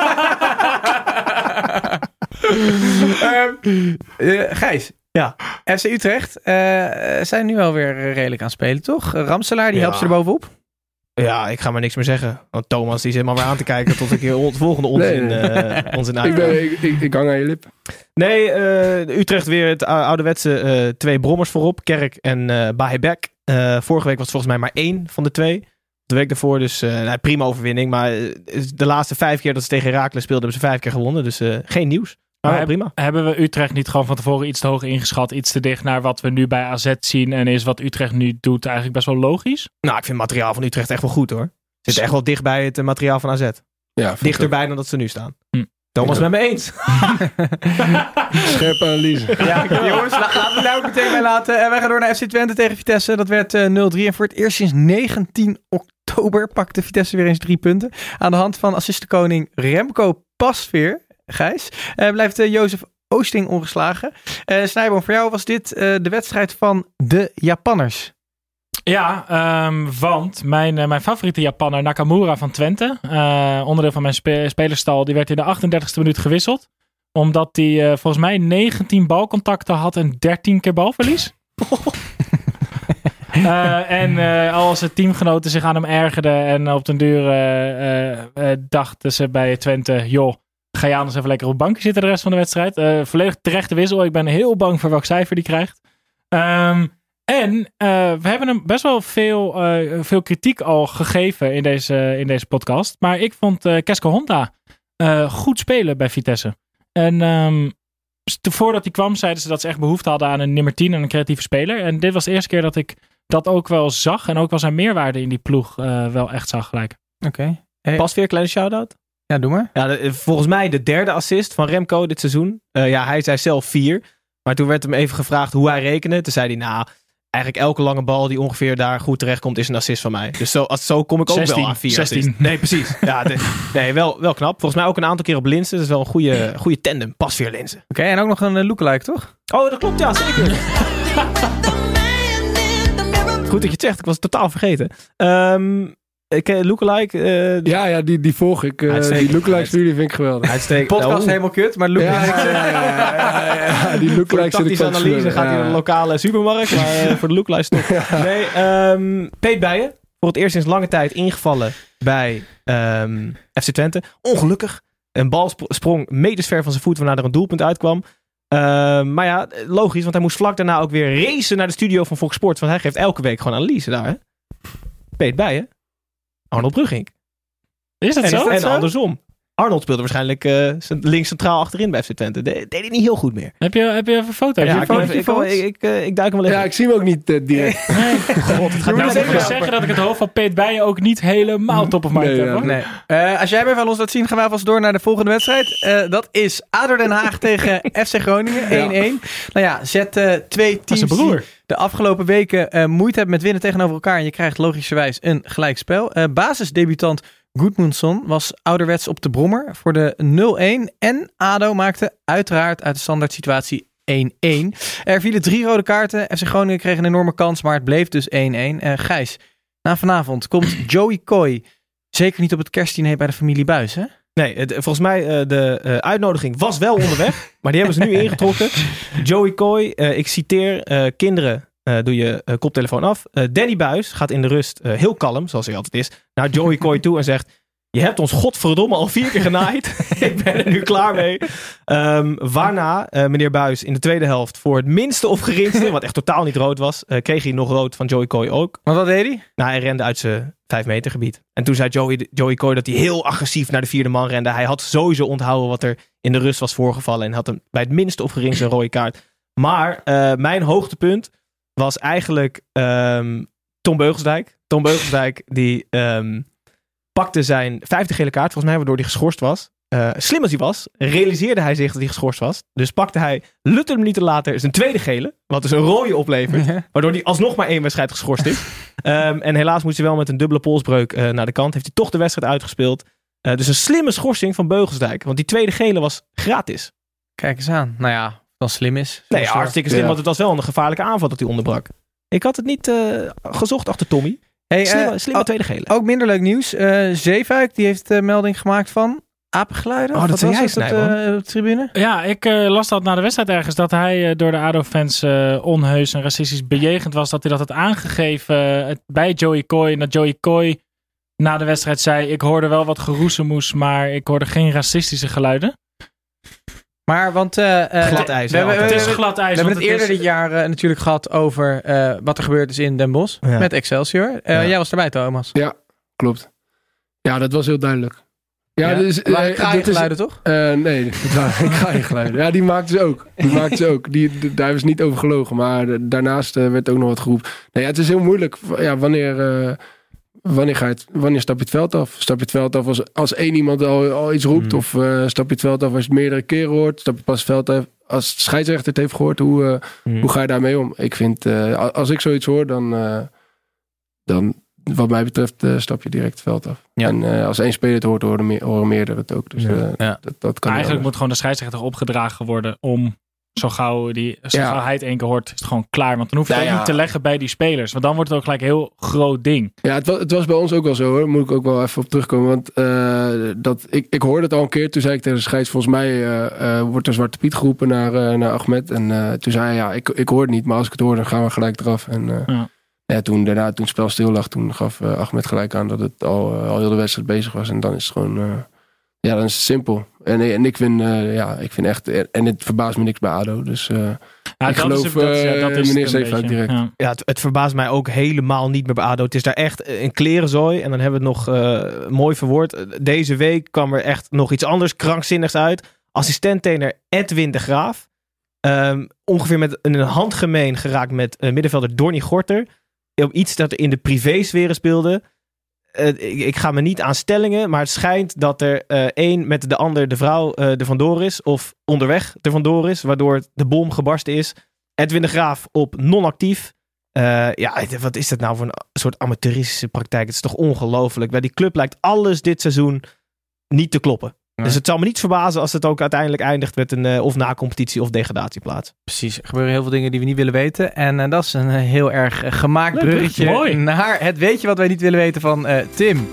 Gijs. Ja. FC Utrecht zijn nu alweer redelijk aan het spelen, toch? Ramselaar, die helpt ze er bovenop. Ja, ik ga maar niks meer zeggen. Want Thomas die zit maar weer aan te kijken tot ik hier de volgende onzin uitkom. Ik hang aan je lip. Nee, Utrecht weer het ouderwetse 2 brommers voorop. Kerk en Bahebek. Vorige week was het volgens mij maar 1 van de 2. De week daarvoor dus prima overwinning. Maar de laatste 5 keer dat ze tegen Heracles speelden hebben ze 5 keer gewonnen. Dus geen nieuws. Maar prima. Hebben we Utrecht niet gewoon van tevoren iets te hoog ingeschat? Iets te dicht naar wat we nu bij AZ zien? En is wat Utrecht nu doet eigenlijk best wel logisch? Nou, ik vind het materiaal van Utrecht echt wel goed hoor. Zit echt wel dicht bij het materiaal van AZ. Ja, dichterbij dan dat ze nu staan. Thomas met me eens. Scherpe analyse. Ja, jongens, laten we daar ook meteen bij laten. Wij gaan door naar FC Twente tegen Vitesse. Dat werd 0-3. En voor het eerst sinds 19 oktober pakte Vitesse weer eens 3 punten. Aan de hand van assistenkoning Remco Pasveer. Gijs. Blijft Jozef Oosting ongeslagen. Snijboom, voor jou was dit de wedstrijd van de Japanners. Ja, want mijn favoriete Japanner Nakamura van Twente, onderdeel van mijn spelerstal, die werd in de 38e minuut gewisseld. Omdat hij volgens mij 19 balcontacten had en 13 keer balverlies. En als de teamgenoten zich aan hem ergerden en op den duur dachten ze bij Twente, joh, ga je anders even lekker op bankje zitten de rest van de wedstrijd. Volledig terechte wissel. Ik ben heel bang voor welk cijfer die krijgt. En we hebben hem best wel veel kritiek al gegeven in deze podcast. Maar ik vond Kesko Honda goed spelen bij Vitesse. En voordat hij kwam zeiden ze dat ze echt behoefte hadden aan een nummer 10 en een creatieve speler. En dit was de eerste keer dat ik dat ook wel zag. En ook wel zijn meerwaarde in die ploeg wel echt zag gelijk. Oké. Hey. Pas weer een kleine shout-out. Ja, doe maar. Ja, volgens mij de 3e assist van Remco dit seizoen. Hij zei zelf 4. Maar toen werd hem even gevraagd hoe hij rekende. Toen zei hij, eigenlijk elke lange bal die ongeveer daar goed terechtkomt is een assist van mij. Dus zo kom ik ook 16, wel aan 4 16. assists. Nee, precies. Ja, wel knap. Volgens mij ook een aantal keer op Linzen. Dat is wel een goede tandem. Pasveer Linzen. Oké, en ook nog een lookalike, toch? Oh, dat klopt. Ja, zeker. Goed dat je het zegt. Ik was het totaal vergeten. Lookalike. Ja, die volg ik. Die lookalikes van jullie vind ik geweldig. Uitstekend. Podcast helemaal kut, maar lookalike. Ja, die Voor de lookalikes vind ik tactische analyse gaat hij naar de lokale supermarkt. Maar voor de lookalike toch. Nee, Peet Bijen. Voor het eerst sinds lange tijd ingevallen bij FC Twente. Ongelukkig. Een bal sprong meters ver van zijn voet waarna er een doelpunt uitkwam. Maar ja, logisch, want hij moest vlak daarna ook weer racen naar de studio van Fox Sports. Want hij geeft elke week gewoon analyse daar. Hè? Peet Bijen. Arnold Brugging. Is dat zo? En andersom. Arnold speelde waarschijnlijk links centraal achterin bij FC Twente. Deed hij niet heel goed meer. Heb je even een foto? Ja, ik duik hem wel even. Ja, ik zie hem ook niet direct. Nee. God, het gaat Nou, nou moet ik zeggen dat ik het hoofd van Peet Bijen ook niet helemaal top of mind heb. Hoor. Nee. Als jij mij van ons laat zien, gaan wij alvast door naar de volgende wedstrijd. Dat is ADO Den Haag tegen FC Groningen, 1-1. Nou ja, zet twee teams die de afgelopen weken moeite hebben met winnen tegenover elkaar. En je krijgt logischerwijs een gelijkspel. Basisdebutant Gudmundsson was ouderwets op de brommer voor de 0-1. En ADO maakte uiteraard uit de standaard situatie 1-1. Er vielen 3 rode kaarten. FC Groningen kreeg een enorme kans, maar het bleef dus 1-1. Gijs, na vanavond komt Joey Coy zeker niet op het kerstdiner bij de familie Buijs, hè? Nee, volgens mij de uitnodiging was wel onderweg. Maar die hebben ze nu ingetrokken. Joey Coy, ik citeer, kinderen, doe je koptelefoon af. Danny Buijs gaat in de rust heel kalm, zoals hij altijd is, naar Joey Coy toe en zegt: je hebt ons godverdomme al 4 keer genaaid. Ik ben er nu klaar mee. Waarna meneer Buijs in de tweede helft voor het minste of geringste, wat echt totaal niet rood was, kreeg hij nog rood van Joey Coy ook. Maar wat deed hij? Nou, hij rende uit zijn 5 meter gebied. En toen zei Joey Coy dat hij heel agressief naar de 4e man rende. Hij had sowieso onthouden wat er in de rust was voorgevallen en had hem bij het minste of geringste een rode kaart. Maar mijn hoogtepunt was eigenlijk Tom Beugelsdijk. Tom Beugelsdijk die pakte zijn 5e gele kaart, volgens mij, waardoor hij geschorst was. Slim als hij was, realiseerde hij zich dat hij geschorst was. Dus pakte hij luttele minuten later zijn 2e gele, wat dus een rode oplevert. Waardoor hij alsnog maar 1 wedstrijd geschorst is. En helaas moest hij wel met een dubbele polsbreuk naar de kant. Heeft hij toch de wedstrijd uitgespeeld. Dus een slimme schorsing van Beugelsdijk. Want die 2e gele was gratis. Kijk eens aan. Nou ja, dan slim is. Nee, hartstikke slim, want het was wel een gevaarlijke aanval dat hij onderbrak. Ik had het niet gezocht achter Tommy. Hey, slimme 2e gele. Ook minder leuk nieuws. Zeefuik, die heeft melding gemaakt van apengeluiden. Oh, dat zei jij, Snijboom, op de tribune? Ja, ik las dat na de wedstrijd ergens, dat hij door de ADO-fans onheus en racistisch bejegend was. Dat hij dat had aangegeven bij Joey Coy. En dat Joey Coy na de wedstrijd zei: ik hoorde wel wat geroezemoes, maar ik hoorde geen racistische geluiden. Maar want glad ijs. Het is glad ijs. We hebben het eerder dit jaar natuurlijk gehad over wat er gebeurd is in Den Bosch met Excelsior. Jij was erbij, Thomas. Ja, klopt. Ja, dat was heel duidelijk. Ja, dus, geluiden toch? Nee, dat waren geen geluiden. Ja, die maakten ze ook. Daar hebben ze niet over gelogen. Maar daarnaast werd ook nog wat geroepen. Nou ja, het is heel moeilijk. Ja, wanneer stap je het veld af? Stap je het veld af als één iemand al iets roept? Of stap je het veld af als je het meerdere keren hoort? Stap je pas het veld af als de scheidsrechter het heeft gehoord? Hoe ga je daarmee om? Ik vind, als ik zoiets hoor, dan wat mij betreft stap je direct het veld af. Ja. En als één speler het hoort, horen meerdere het ook. Dus dat kan eigenlijk moet gewoon de scheidsrechter opgedragen worden om zo gauw hij het 1 keer hoort, is het gewoon klaar. Want dan hoef je het niet te leggen bij die spelers. Want dan wordt het ook gelijk een heel groot ding. Ja, het was bij ons ook wel zo, hoor. Moet ik ook wel even op terugkomen. Want ik hoorde het al een keer. Toen zei ik tegen de scheids, volgens mij wordt er Zwarte Piet geroepen naar Ahmed. En toen zei hij, ik hoor het niet. Maar als ik het hoor, dan gaan we gelijk eraf. En toen het spel stil lag, toen gaf Ahmed gelijk aan dat het al heel de wedstrijd bezig was. En dan is het gewoon... dan is het simpel. En ik vind echt... En het verbaast me niks bij ADO. Dus ik geloof meneer Zeefuik direct. Ja, het verbaast mij ook helemaal niet meer bij ADO. Het is daar echt een klerenzooi. En dan hebben we het nog mooi verwoord. Deze week kwam er echt nog iets anders krankzinnigs uit. Assistent-trainer Edwin de Graaf. Ongeveer met een handgemeen geraakt met middenvelder Donny Gorter. Op iets dat er in de privésferen speelde. Ik ga me niet aan stellingen, maar het schijnt dat er één met de ander de vrouw er vandoor is, of onderweg er vandoor is, waardoor de bom gebarsten is. Edwin de Graaf op non-actief. Wat is dat nou voor een soort amateuristische praktijk? Het is toch ongelooflijk. Bij die club lijkt alles dit seizoen niet te kloppen. Nee. Dus het zal me niet verbazen als het ook uiteindelijk eindigt met een of na-competitie of degradatieplaats. Precies, er gebeuren heel veel dingen die we niet willen weten. En dat is een heel erg gemaakt bruggetje mooi. naar het weetje wat wij niet willen weten van Tim.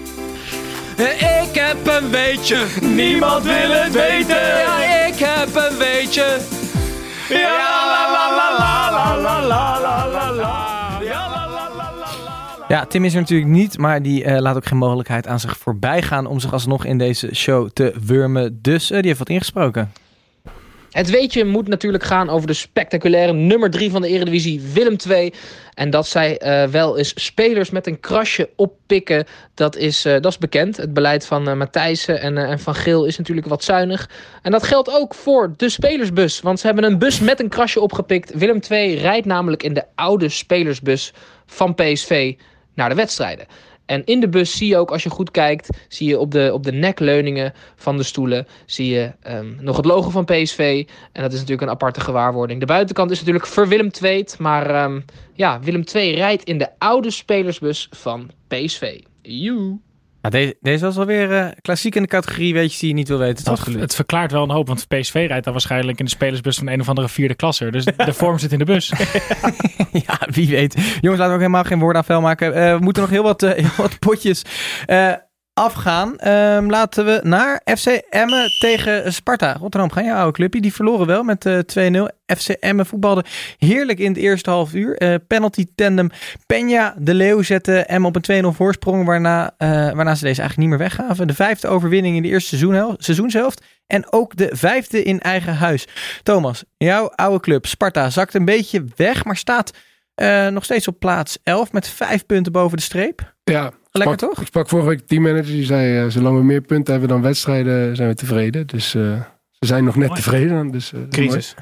Ik heb een weetje, niemand wil het weten. Ja, ik heb een weetje. Ja, la la la la la la la la la. Ja, la la la la la. Ja, Tim is er natuurlijk niet, maar die laat ook geen mogelijkheid aan zich voorbij gaan om zich alsnog in deze show te wurmen. Dus die heeft wat ingesproken. Het weetje moet natuurlijk gaan over de spectaculaire nummer 3 van de Eredivisie, Willem II. En dat zij wel eens spelers met een krasje oppikken, dat is bekend. Het beleid van Matthijssen en Van Geel is natuurlijk wat zuinig. En dat geldt ook voor de spelersbus, want ze hebben een bus met een krasje opgepikt. Willem II rijdt namelijk in de oude spelersbus van PSV naar de wedstrijden. En in de bus zie je ook, als je goed kijkt, zie je op de nekleuningen van de stoelen zie je nog het logo van PSV. En dat is natuurlijk een aparte gewaarwording. De buitenkant is natuurlijk voor Willem II, maar Willem II rijdt in de oude spelersbus van PSV. Joe. Ja, deze was alweer klassiek in de categorie weetjes die je niet wil weten. Toch? Het verklaart wel een hoop, want PSV rijdt dan waarschijnlijk in de spelersbus van een of andere 4e klasser. Dus de vorm zit in de bus. Ja, wie weet. Jongens, laten we ook helemaal geen woorden aan vuil maken. We moeten nog heel wat potjes afgaan. Laten we naar FC Emmen tegen Sparta. Rotterdam, gaan je oude clubje. Die verloren wel met 2-0. FC Emmen voetbalde heerlijk in het eerste half uur. Penalty tandem Peña de Leeuw zette Emmen op een 2-0 voorsprong. Waarna ze deze eigenlijk niet meer weggaven. De 5e overwinning in de eerste seizoenshelft. En ook de 5e in eigen huis. Thomas, jouw oude club Sparta zakt een beetje weg. Maar staat nog steeds op plaats 11 met 5 punten boven de streep. Ja. Lekker toch? Ik sprak vorige week de teammanager. Die zei, zolang we meer punten hebben dan wedstrijden, zijn we tevreden. Dus ze zijn nog net tevreden. Dus, crisis.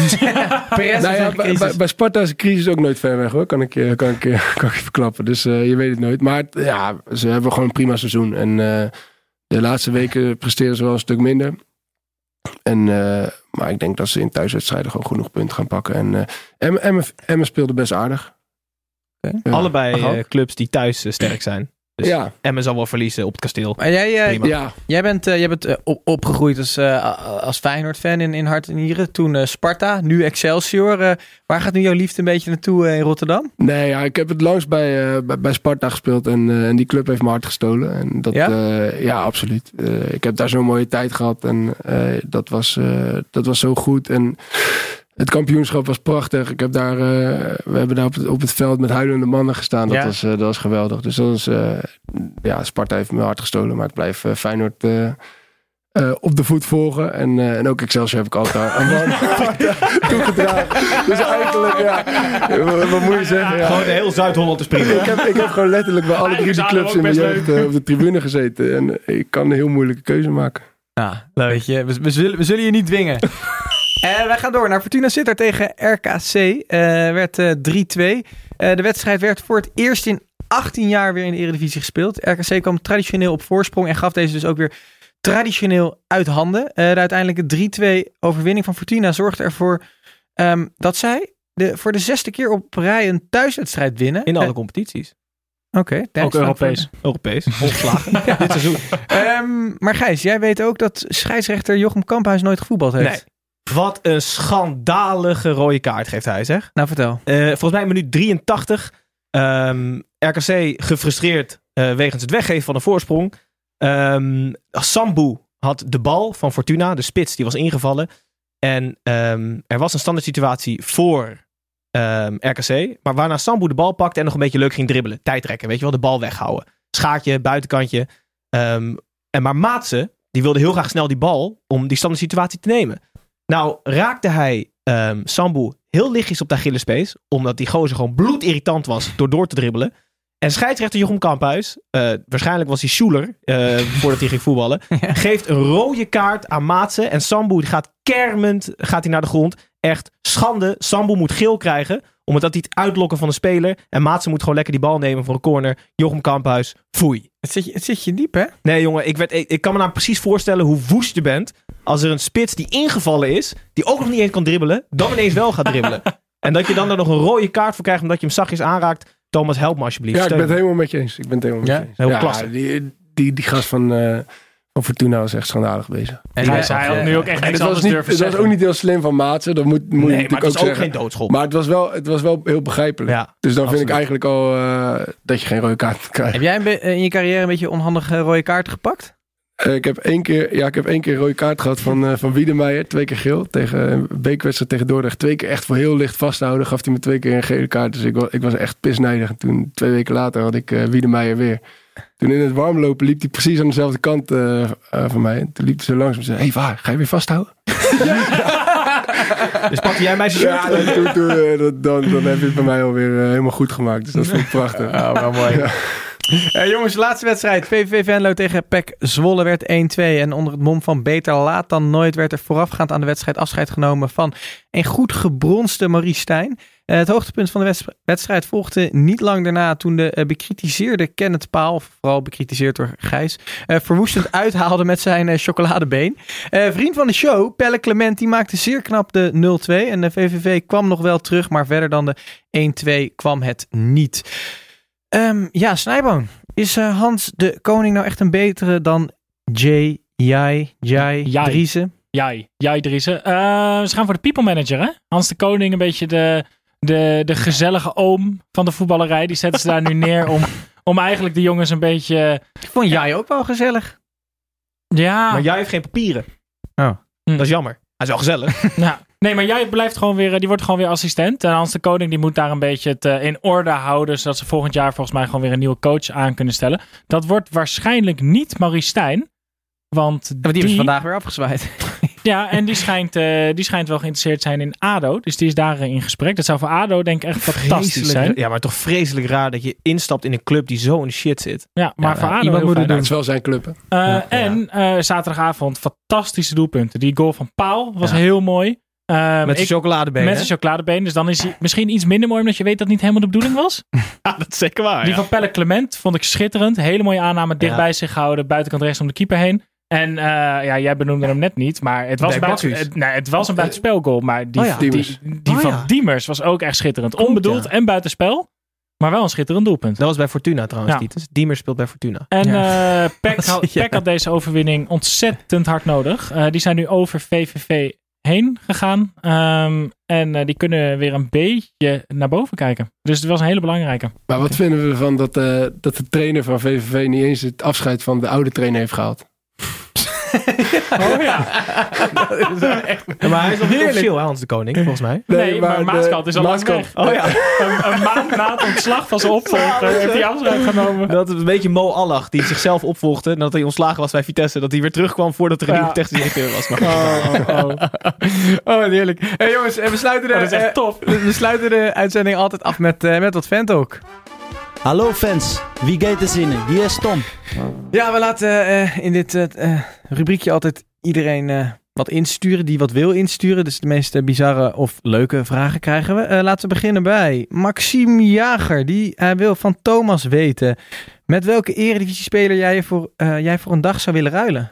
Bij Sparta is de crisis ook nooit ver weg, hoor. Kan ik je verklappen. Dus je weet het nooit. Maar ze hebben gewoon een prima seizoen. En de laatste weken presteren ze wel een stuk minder. Maar ik denk dat ze in thuiswedstrijden gewoon genoeg punten gaan pakken. En Emmen speelde best aardig. Okay. Ja. Allebei clubs die thuis sterk zijn. Dus Emmen zal wel verliezen op het kasteel. Maar jij bent opgegroeid als Feyenoord-fan in hart en nieren. Toen Sparta, nu Excelsior. Waar gaat nu jouw liefde een beetje naartoe in Rotterdam? Nee, ik heb het langs bij Sparta gespeeld. En die club heeft mijn hart gestolen. En dat, absoluut. Ik heb daar zo'n mooie tijd gehad. En dat was zo goed. En het kampioenschap was prachtig. We hebben daar op het veld met huilende mannen gestaan. Dat was geweldig. Dus Sparta heeft me hard gestolen. Maar ik blijf Feyenoord op de voet volgen. En ook Excelsior heb ik altijd aan toegedragen. Dus eigenlijk, wat moet je zeggen? Ja. Gewoon de heel Zuid-Holland is prima. Ik heb gewoon letterlijk bij alle 3 clubs in mijn jeugd op de tribune gezeten. En ik kan een heel moeilijke keuze maken. Ja, weet je, we zullen je niet dwingen. Wij gaan door naar Fortuna Sittard tegen RKC. Werd 3-2. De wedstrijd werd voor het eerst in 18 jaar weer in de Eredivisie gespeeld. RKC kwam traditioneel op voorsprong en gaf deze dus ook weer traditioneel uit handen. De uiteindelijke 3-2 overwinning van Fortuna zorgde ervoor dat zij voor de 6e keer op rij een thuiswedstrijd winnen. In alle competities. Oké. Ook Europees. Ongeslagen. Dit seizoen. Maar Gijs, jij weet ook dat scheidsrechter Jochem Kamphuis nooit gevoetbald heeft. Nee. Wat een schandalige rode kaart geeft hij, zeg. Nou, vertel. Volgens mij minuut 83. RKC gefrustreerd wegens het weggeven van een voorsprong. Sambu had de bal van Fortuna. De spits die was ingevallen. En er was een standaard situatie voor RKC. Maar waarna Sambu de bal pakte en nog een beetje leuk ging dribbelen. Tijdrekken, weet je wel. De bal weghouden. Schaartje, buitenkantje. Maar Maatsen, die wilde heel graag snel die bal om die standaard situatie te nemen. Nou raakte hij Sambu heel lichtjes op de Achillespees. Omdat die gozer gewoon bloedirritant was door te dribbelen. En scheidsrechter Jochem Kamphuis, waarschijnlijk was hij Schuler voordat hij ging voetballen. Geeft een rode kaart aan Maatsen. En Sambu gaat kermend naar de grond. Echt schande. Sambu moet geel krijgen. Omdat hij het uitlokken van de speler. En Maatsen moet gewoon lekker die bal nemen voor een corner. Jochem Kamphuis, foei. Het zit je diep, hè? Nee, jongen. Ik kan me nou precies voorstellen hoe woest je bent. Als er een spits die ingevallen is. Die ook nog niet eens kan dribbelen. Dan ineens wel gaat dribbelen. En dat je dan er nog een rode kaart voor krijgt omdat je hem zachtjes aanraakt. Thomas, help me alsjeblieft. Ja, ik Steun ben het me. helemaal met je eens. Heel klasse. Die gast van Fortuna was echt schandalig bezig. En hij had nu ook echt niks anders durven Het was zeggen. ook niet heel slim van Maatsen. Dat moet Nee, natuurlijk maar het is ook zeggen. geen doodschop. Maar het was wel heel begrijpelijk. Ja, dus dan vind absoluut. ik eigenlijk al dat je geen rode kaart moet krijgen. Heb jij in je carrière een beetje onhandige rode kaarten gepakt? Ik heb één keer een rode kaart gehad van Wiedemeijer. 2 keer geel. Tegen een bekerwedstrijd tegen Dordrecht. 2 keer echt voor heel licht vasthouden. Gaf hij me 2 keer een gele kaart. Dus ik was echt pisnijdig. En toen 2 weken later had ik Wiedemeijer weer. Toen in het warmlopen liep hij precies aan dezelfde kant van mij. En toen liep hij zo langs en zei: hey, waar? Ga je weer vasthouden? Dus pakte jij mij zijn shirt? Ja, dan heb je het bij mij alweer helemaal goed gemaakt. Dus dat vind ik prachtig. Oh, wel mooi. Ja. Jongens, laatste wedstrijd. VVV Venlo tegen PEC Zwolle werd 1-2. En onder het mom van beter laat dan nooit werd er voorafgaand aan de wedstrijd afscheid genomen van een goed gebronste Maurice Stijn. Het hoogtepunt van de wedstrijd volgde niet lang daarna toen de bekritiseerde Kenneth Paal, vooral bekritiseerd door Gijs, verwoestend uithaalde met zijn chocoladebeen. Vriend van de show, Pelle Clement, die maakte zeer knap de 0-2. En de VVV kwam nog wel terug, maar verder dan de 1-2 kwam het niet. Snijboon. Is Hans de Koning nou echt een betere dan Jai Driessen? Jai Driessen. Ze gaan voor de people manager, hè? Hans de Koning, een beetje de gezellige oom van de voetballerij. Die zetten ze daar nu neer om eigenlijk de jongens een beetje... Ik vond Jai ook wel gezellig. Ja. Maar jij heeft geen papieren. Oh. Dat is jammer. Hij is wel gezellig. Ja. Nee, maar jij blijft gewoon weer, die wordt gewoon weer assistent. En Hans de Koning die moet daar een beetje het in orde houden, zodat ze volgend jaar volgens mij gewoon weer een nieuwe coach aan kunnen stellen. Dat wordt waarschijnlijk niet Maurice Stijn. Want die is vandaag weer afgezwaaid. Ja, en die schijnt wel geïnteresseerd zijn in ADO. Dus die is daar in gesprek. Dat zou voor ADO denk ik echt fantastisch zijn. Ja, maar toch vreselijk raar dat je instapt in een club die zo in de shit zit. Ja, maar voor ADO iemand moet het doen. doen. Het is wel zijn club. Hè? Zaterdagavond fantastische doelpunten. Die goal van Paal was heel mooi. Met de chocoladebeen. Met zijn chocoladebeen. Dus dan is hij misschien iets minder mooi, omdat je weet dat het niet helemaal de bedoeling was. Ja, dat is zeker waar. Die van Pelle Clement vond ik schitterend. Hele mooie aanname, dicht bij zich gehouden. Buitenkant rechts om de keeper heen. En jij benoemde hem net niet, maar het was een buitenspelgoal. Maar die van Diemers was ook echt schitterend. Onbedoeld en buitenspel, maar wel een schitterend doelpunt. Dat was bij Fortuna trouwens, Titus. Diemers speelt bij Fortuna. En PEC had deze overwinning ontzettend hard nodig. Die zijn nu over VVV heen gegaan. En die kunnen weer een beetje naar boven kijken. Dus het was een hele belangrijke. Maar wat vinden we ervan dat de trainer van VVV niet eens het afscheid van de oude trainer heeft gehaald? Oh ja. Dat is echt... Maar hij is nog niet officieel, Hans de Koning, volgens mij. Nee, maar Maaskant is al lang weg. Oh ja. Een maand na het ontslag van zijn opvolger heeft hij afscheid genomen. Dat het een beetje Mo Allah, die zichzelf opvolgde nadat hij ontslagen was bij Vitesse, dat hij weer terugkwam voordat er een nieuwe technische directeur was. Oh, heerlijk. Hey jongens, we sluiten dat is echt tof. We sluiten de uitzending altijd af met wat fantalk. Hallo fans, wie gaat er zinnen? Wie is Tom? Ja, we laten in dit rubriekje altijd iedereen wat insturen die wat wil insturen. Dus de meest bizarre of leuke vragen krijgen we. Laten we beginnen bij Maxime Jager. Die wil van Thomas weten met welke eredivisiespeler jij voor een dag zou willen ruilen.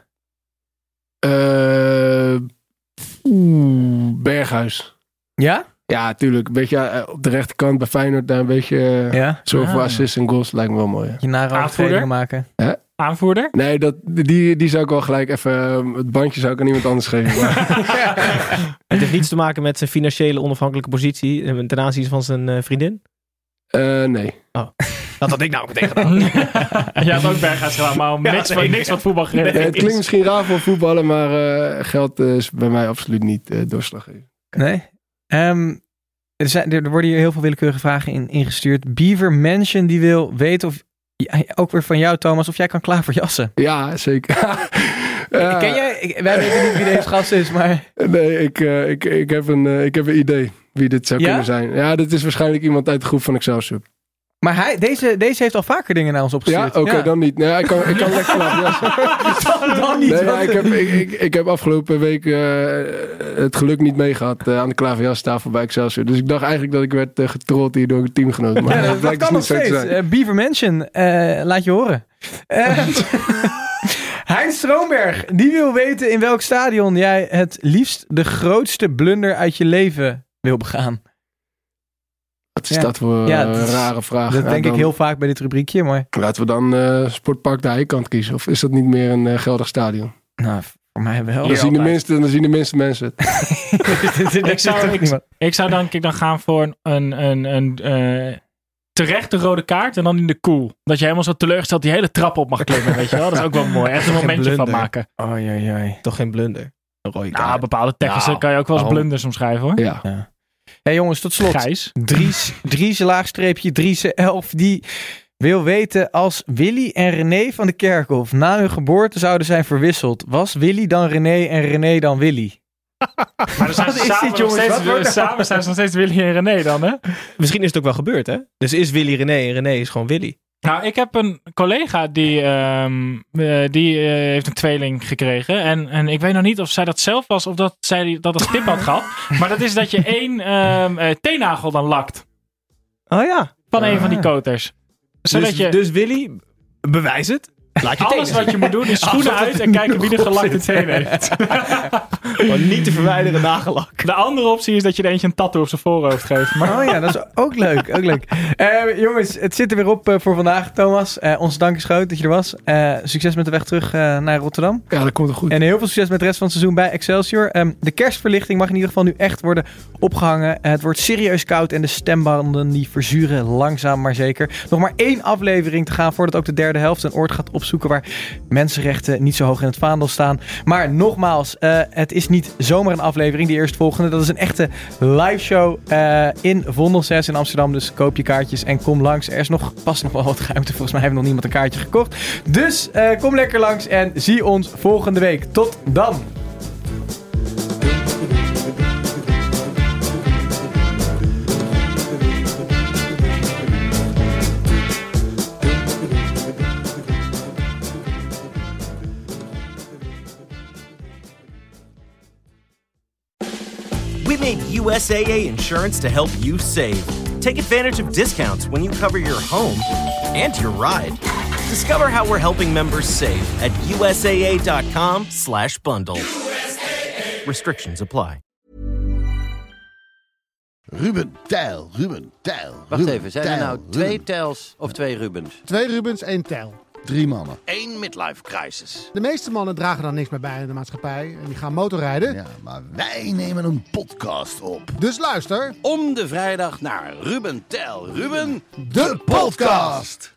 Berghuis. Ja? Ja, tuurlijk. Een beetje op de rechterkant bij Feyenoord daar een beetje zorgen voor assists en goals. Lijkt me wel mooi. Je nare trainingen maken. Ja? Aanvoerder? Nee, die zou ik wel gelijk even... het bandje zou ik aan iemand anders geven. Het heeft niets te maken met zijn financiële onafhankelijke positie ten aanzien van zijn vriendin? Nee. Oh. Dat had ik nou meteen gedaan. Je had ook Berghuis gedaan, maar om niks wat voetbal gereden. Nee, het klinkt misschien raar voor voetballen, maar geld is bij mij absoluut niet doorslaggevend. Nee? Er worden hier heel veel willekeurige vragen ingestuurd. Beaver Mansion die wil weten of... ook weer van jou, Thomas, of jij kan klaar voor jassen. Ja, zeker. Ken jij... Wij weten niet wie deze gast is, maar... Nee, ik heb een idee wie dit zou kunnen zijn. Ja, dit is waarschijnlijk iemand uit de groep van Excelsior. Maar deze heeft al vaker dingen naar ons opgestuurd. Ja, oké, dan niet. Nee, ik kan lekker klaar jassen. Dan niet. Nee, ik heb afgelopen week het geluk niet meegehad aan de klaverjastafel bij Excelsior. Dus ik dacht eigenlijk dat ik werd getrold hier door een teamgenoot. Maar dat blijkt dus niet zo te zijn. Beaver Mansion, laat je horen. Hein Stroomberg, die wil weten in welk stadion jij het liefst de grootste blunder uit je leven wil begaan. Wat is dat voor rare vraag? Dat denk ik heel vaak bij dit rubriekje. Maar... Laten we dan Sportpark de Eikant kiezen. Of is dat niet meer een geldig stadion? Nou, voor mij wel. Dan zien de minste mensen het. Ik zou denk ik dan gaan voor een terechte rode kaart en dan in de koel. Dat je helemaal zo teleurgesteld die hele trap op mag klimmen, weet je wel. Dat is ook wel mooi. Echt een momentje van maken. Oei. Toch geen blunder. Een rode kaart. Nou, bepaalde tackles kan je ook wel eens blunders omschrijven, hoor. Ja. Hey jongens, tot slot. Gijs. Driese 11, die wil weten als Willy en René van de Kerkhof na hun geboorte zouden zijn verwisseld. Was Willy dan René en René dan Willy? Maar dan samen zijn ze nog steeds Willy en René dan, hè? Misschien is het ook wel gebeurd, hè? Dus is Willy René en René is gewoon Willy. Nou, ik heb een collega die heeft een tweeling gekregen. En ik weet nog niet of zij dat zelf was of dat zij dat als tip had gehad. Maar dat is dat je 1 teennagel dan lakt. Oh ja. Van een van die koters. Dus Willy, bewijs het. Alles wat je moet doen is schoenen uit en kijken wie de gelakte teen heeft. Maar niet te verwijderen nagellak. De andere optie is dat je er eentje een tattoo op zijn voorhoofd geeft. Maar... Oh ja, dat is ook leuk. Jongens, het zit er weer op voor vandaag, Thomas. Onze dank is groot dat je er was. Succes met de weg terug naar Rotterdam. Ja, dat komt er goed. En heel veel succes met de rest van het seizoen bij Excelsior. De kerstverlichting mag in ieder geval nu echt worden opgehangen. Het wordt serieus koud en de stembanden die verzuren langzaam maar zeker. Nog maar 1 aflevering te gaan voordat ook de derde helft een oord gaat opzoeken waar mensenrechten niet zo hoog in het vaandel staan. Maar nogmaals, het is niet zomaar een aflevering, die eerstvolgende. Dat is een echte live show in Vondel 6 in Amsterdam. Dus koop je kaartjes en kom langs. Er is past nog wel wat ruimte. Volgens mij heeft nog niemand een kaartje gekocht. Dus kom lekker langs en zie ons volgende week. Tot dan! We made USAA insurance to help you save. Take advantage of discounts when you cover your home and your ride. Discover how we're helping members save at USAA.com/bundle. Restrictions apply. Ruben Tijl. Wacht even, zijn er nou 2 Tijls of 2 Rubens? 2 Rubens, 1 Tijl. 3 mannen. 1 midlife crisis. De meeste mannen dragen dan niks meer bij in de maatschappij en die gaan motorrijden. Ja, maar wij nemen een podcast op. Dus luister. Om de vrijdag naar Ruben Tijl. Ruben, de podcast.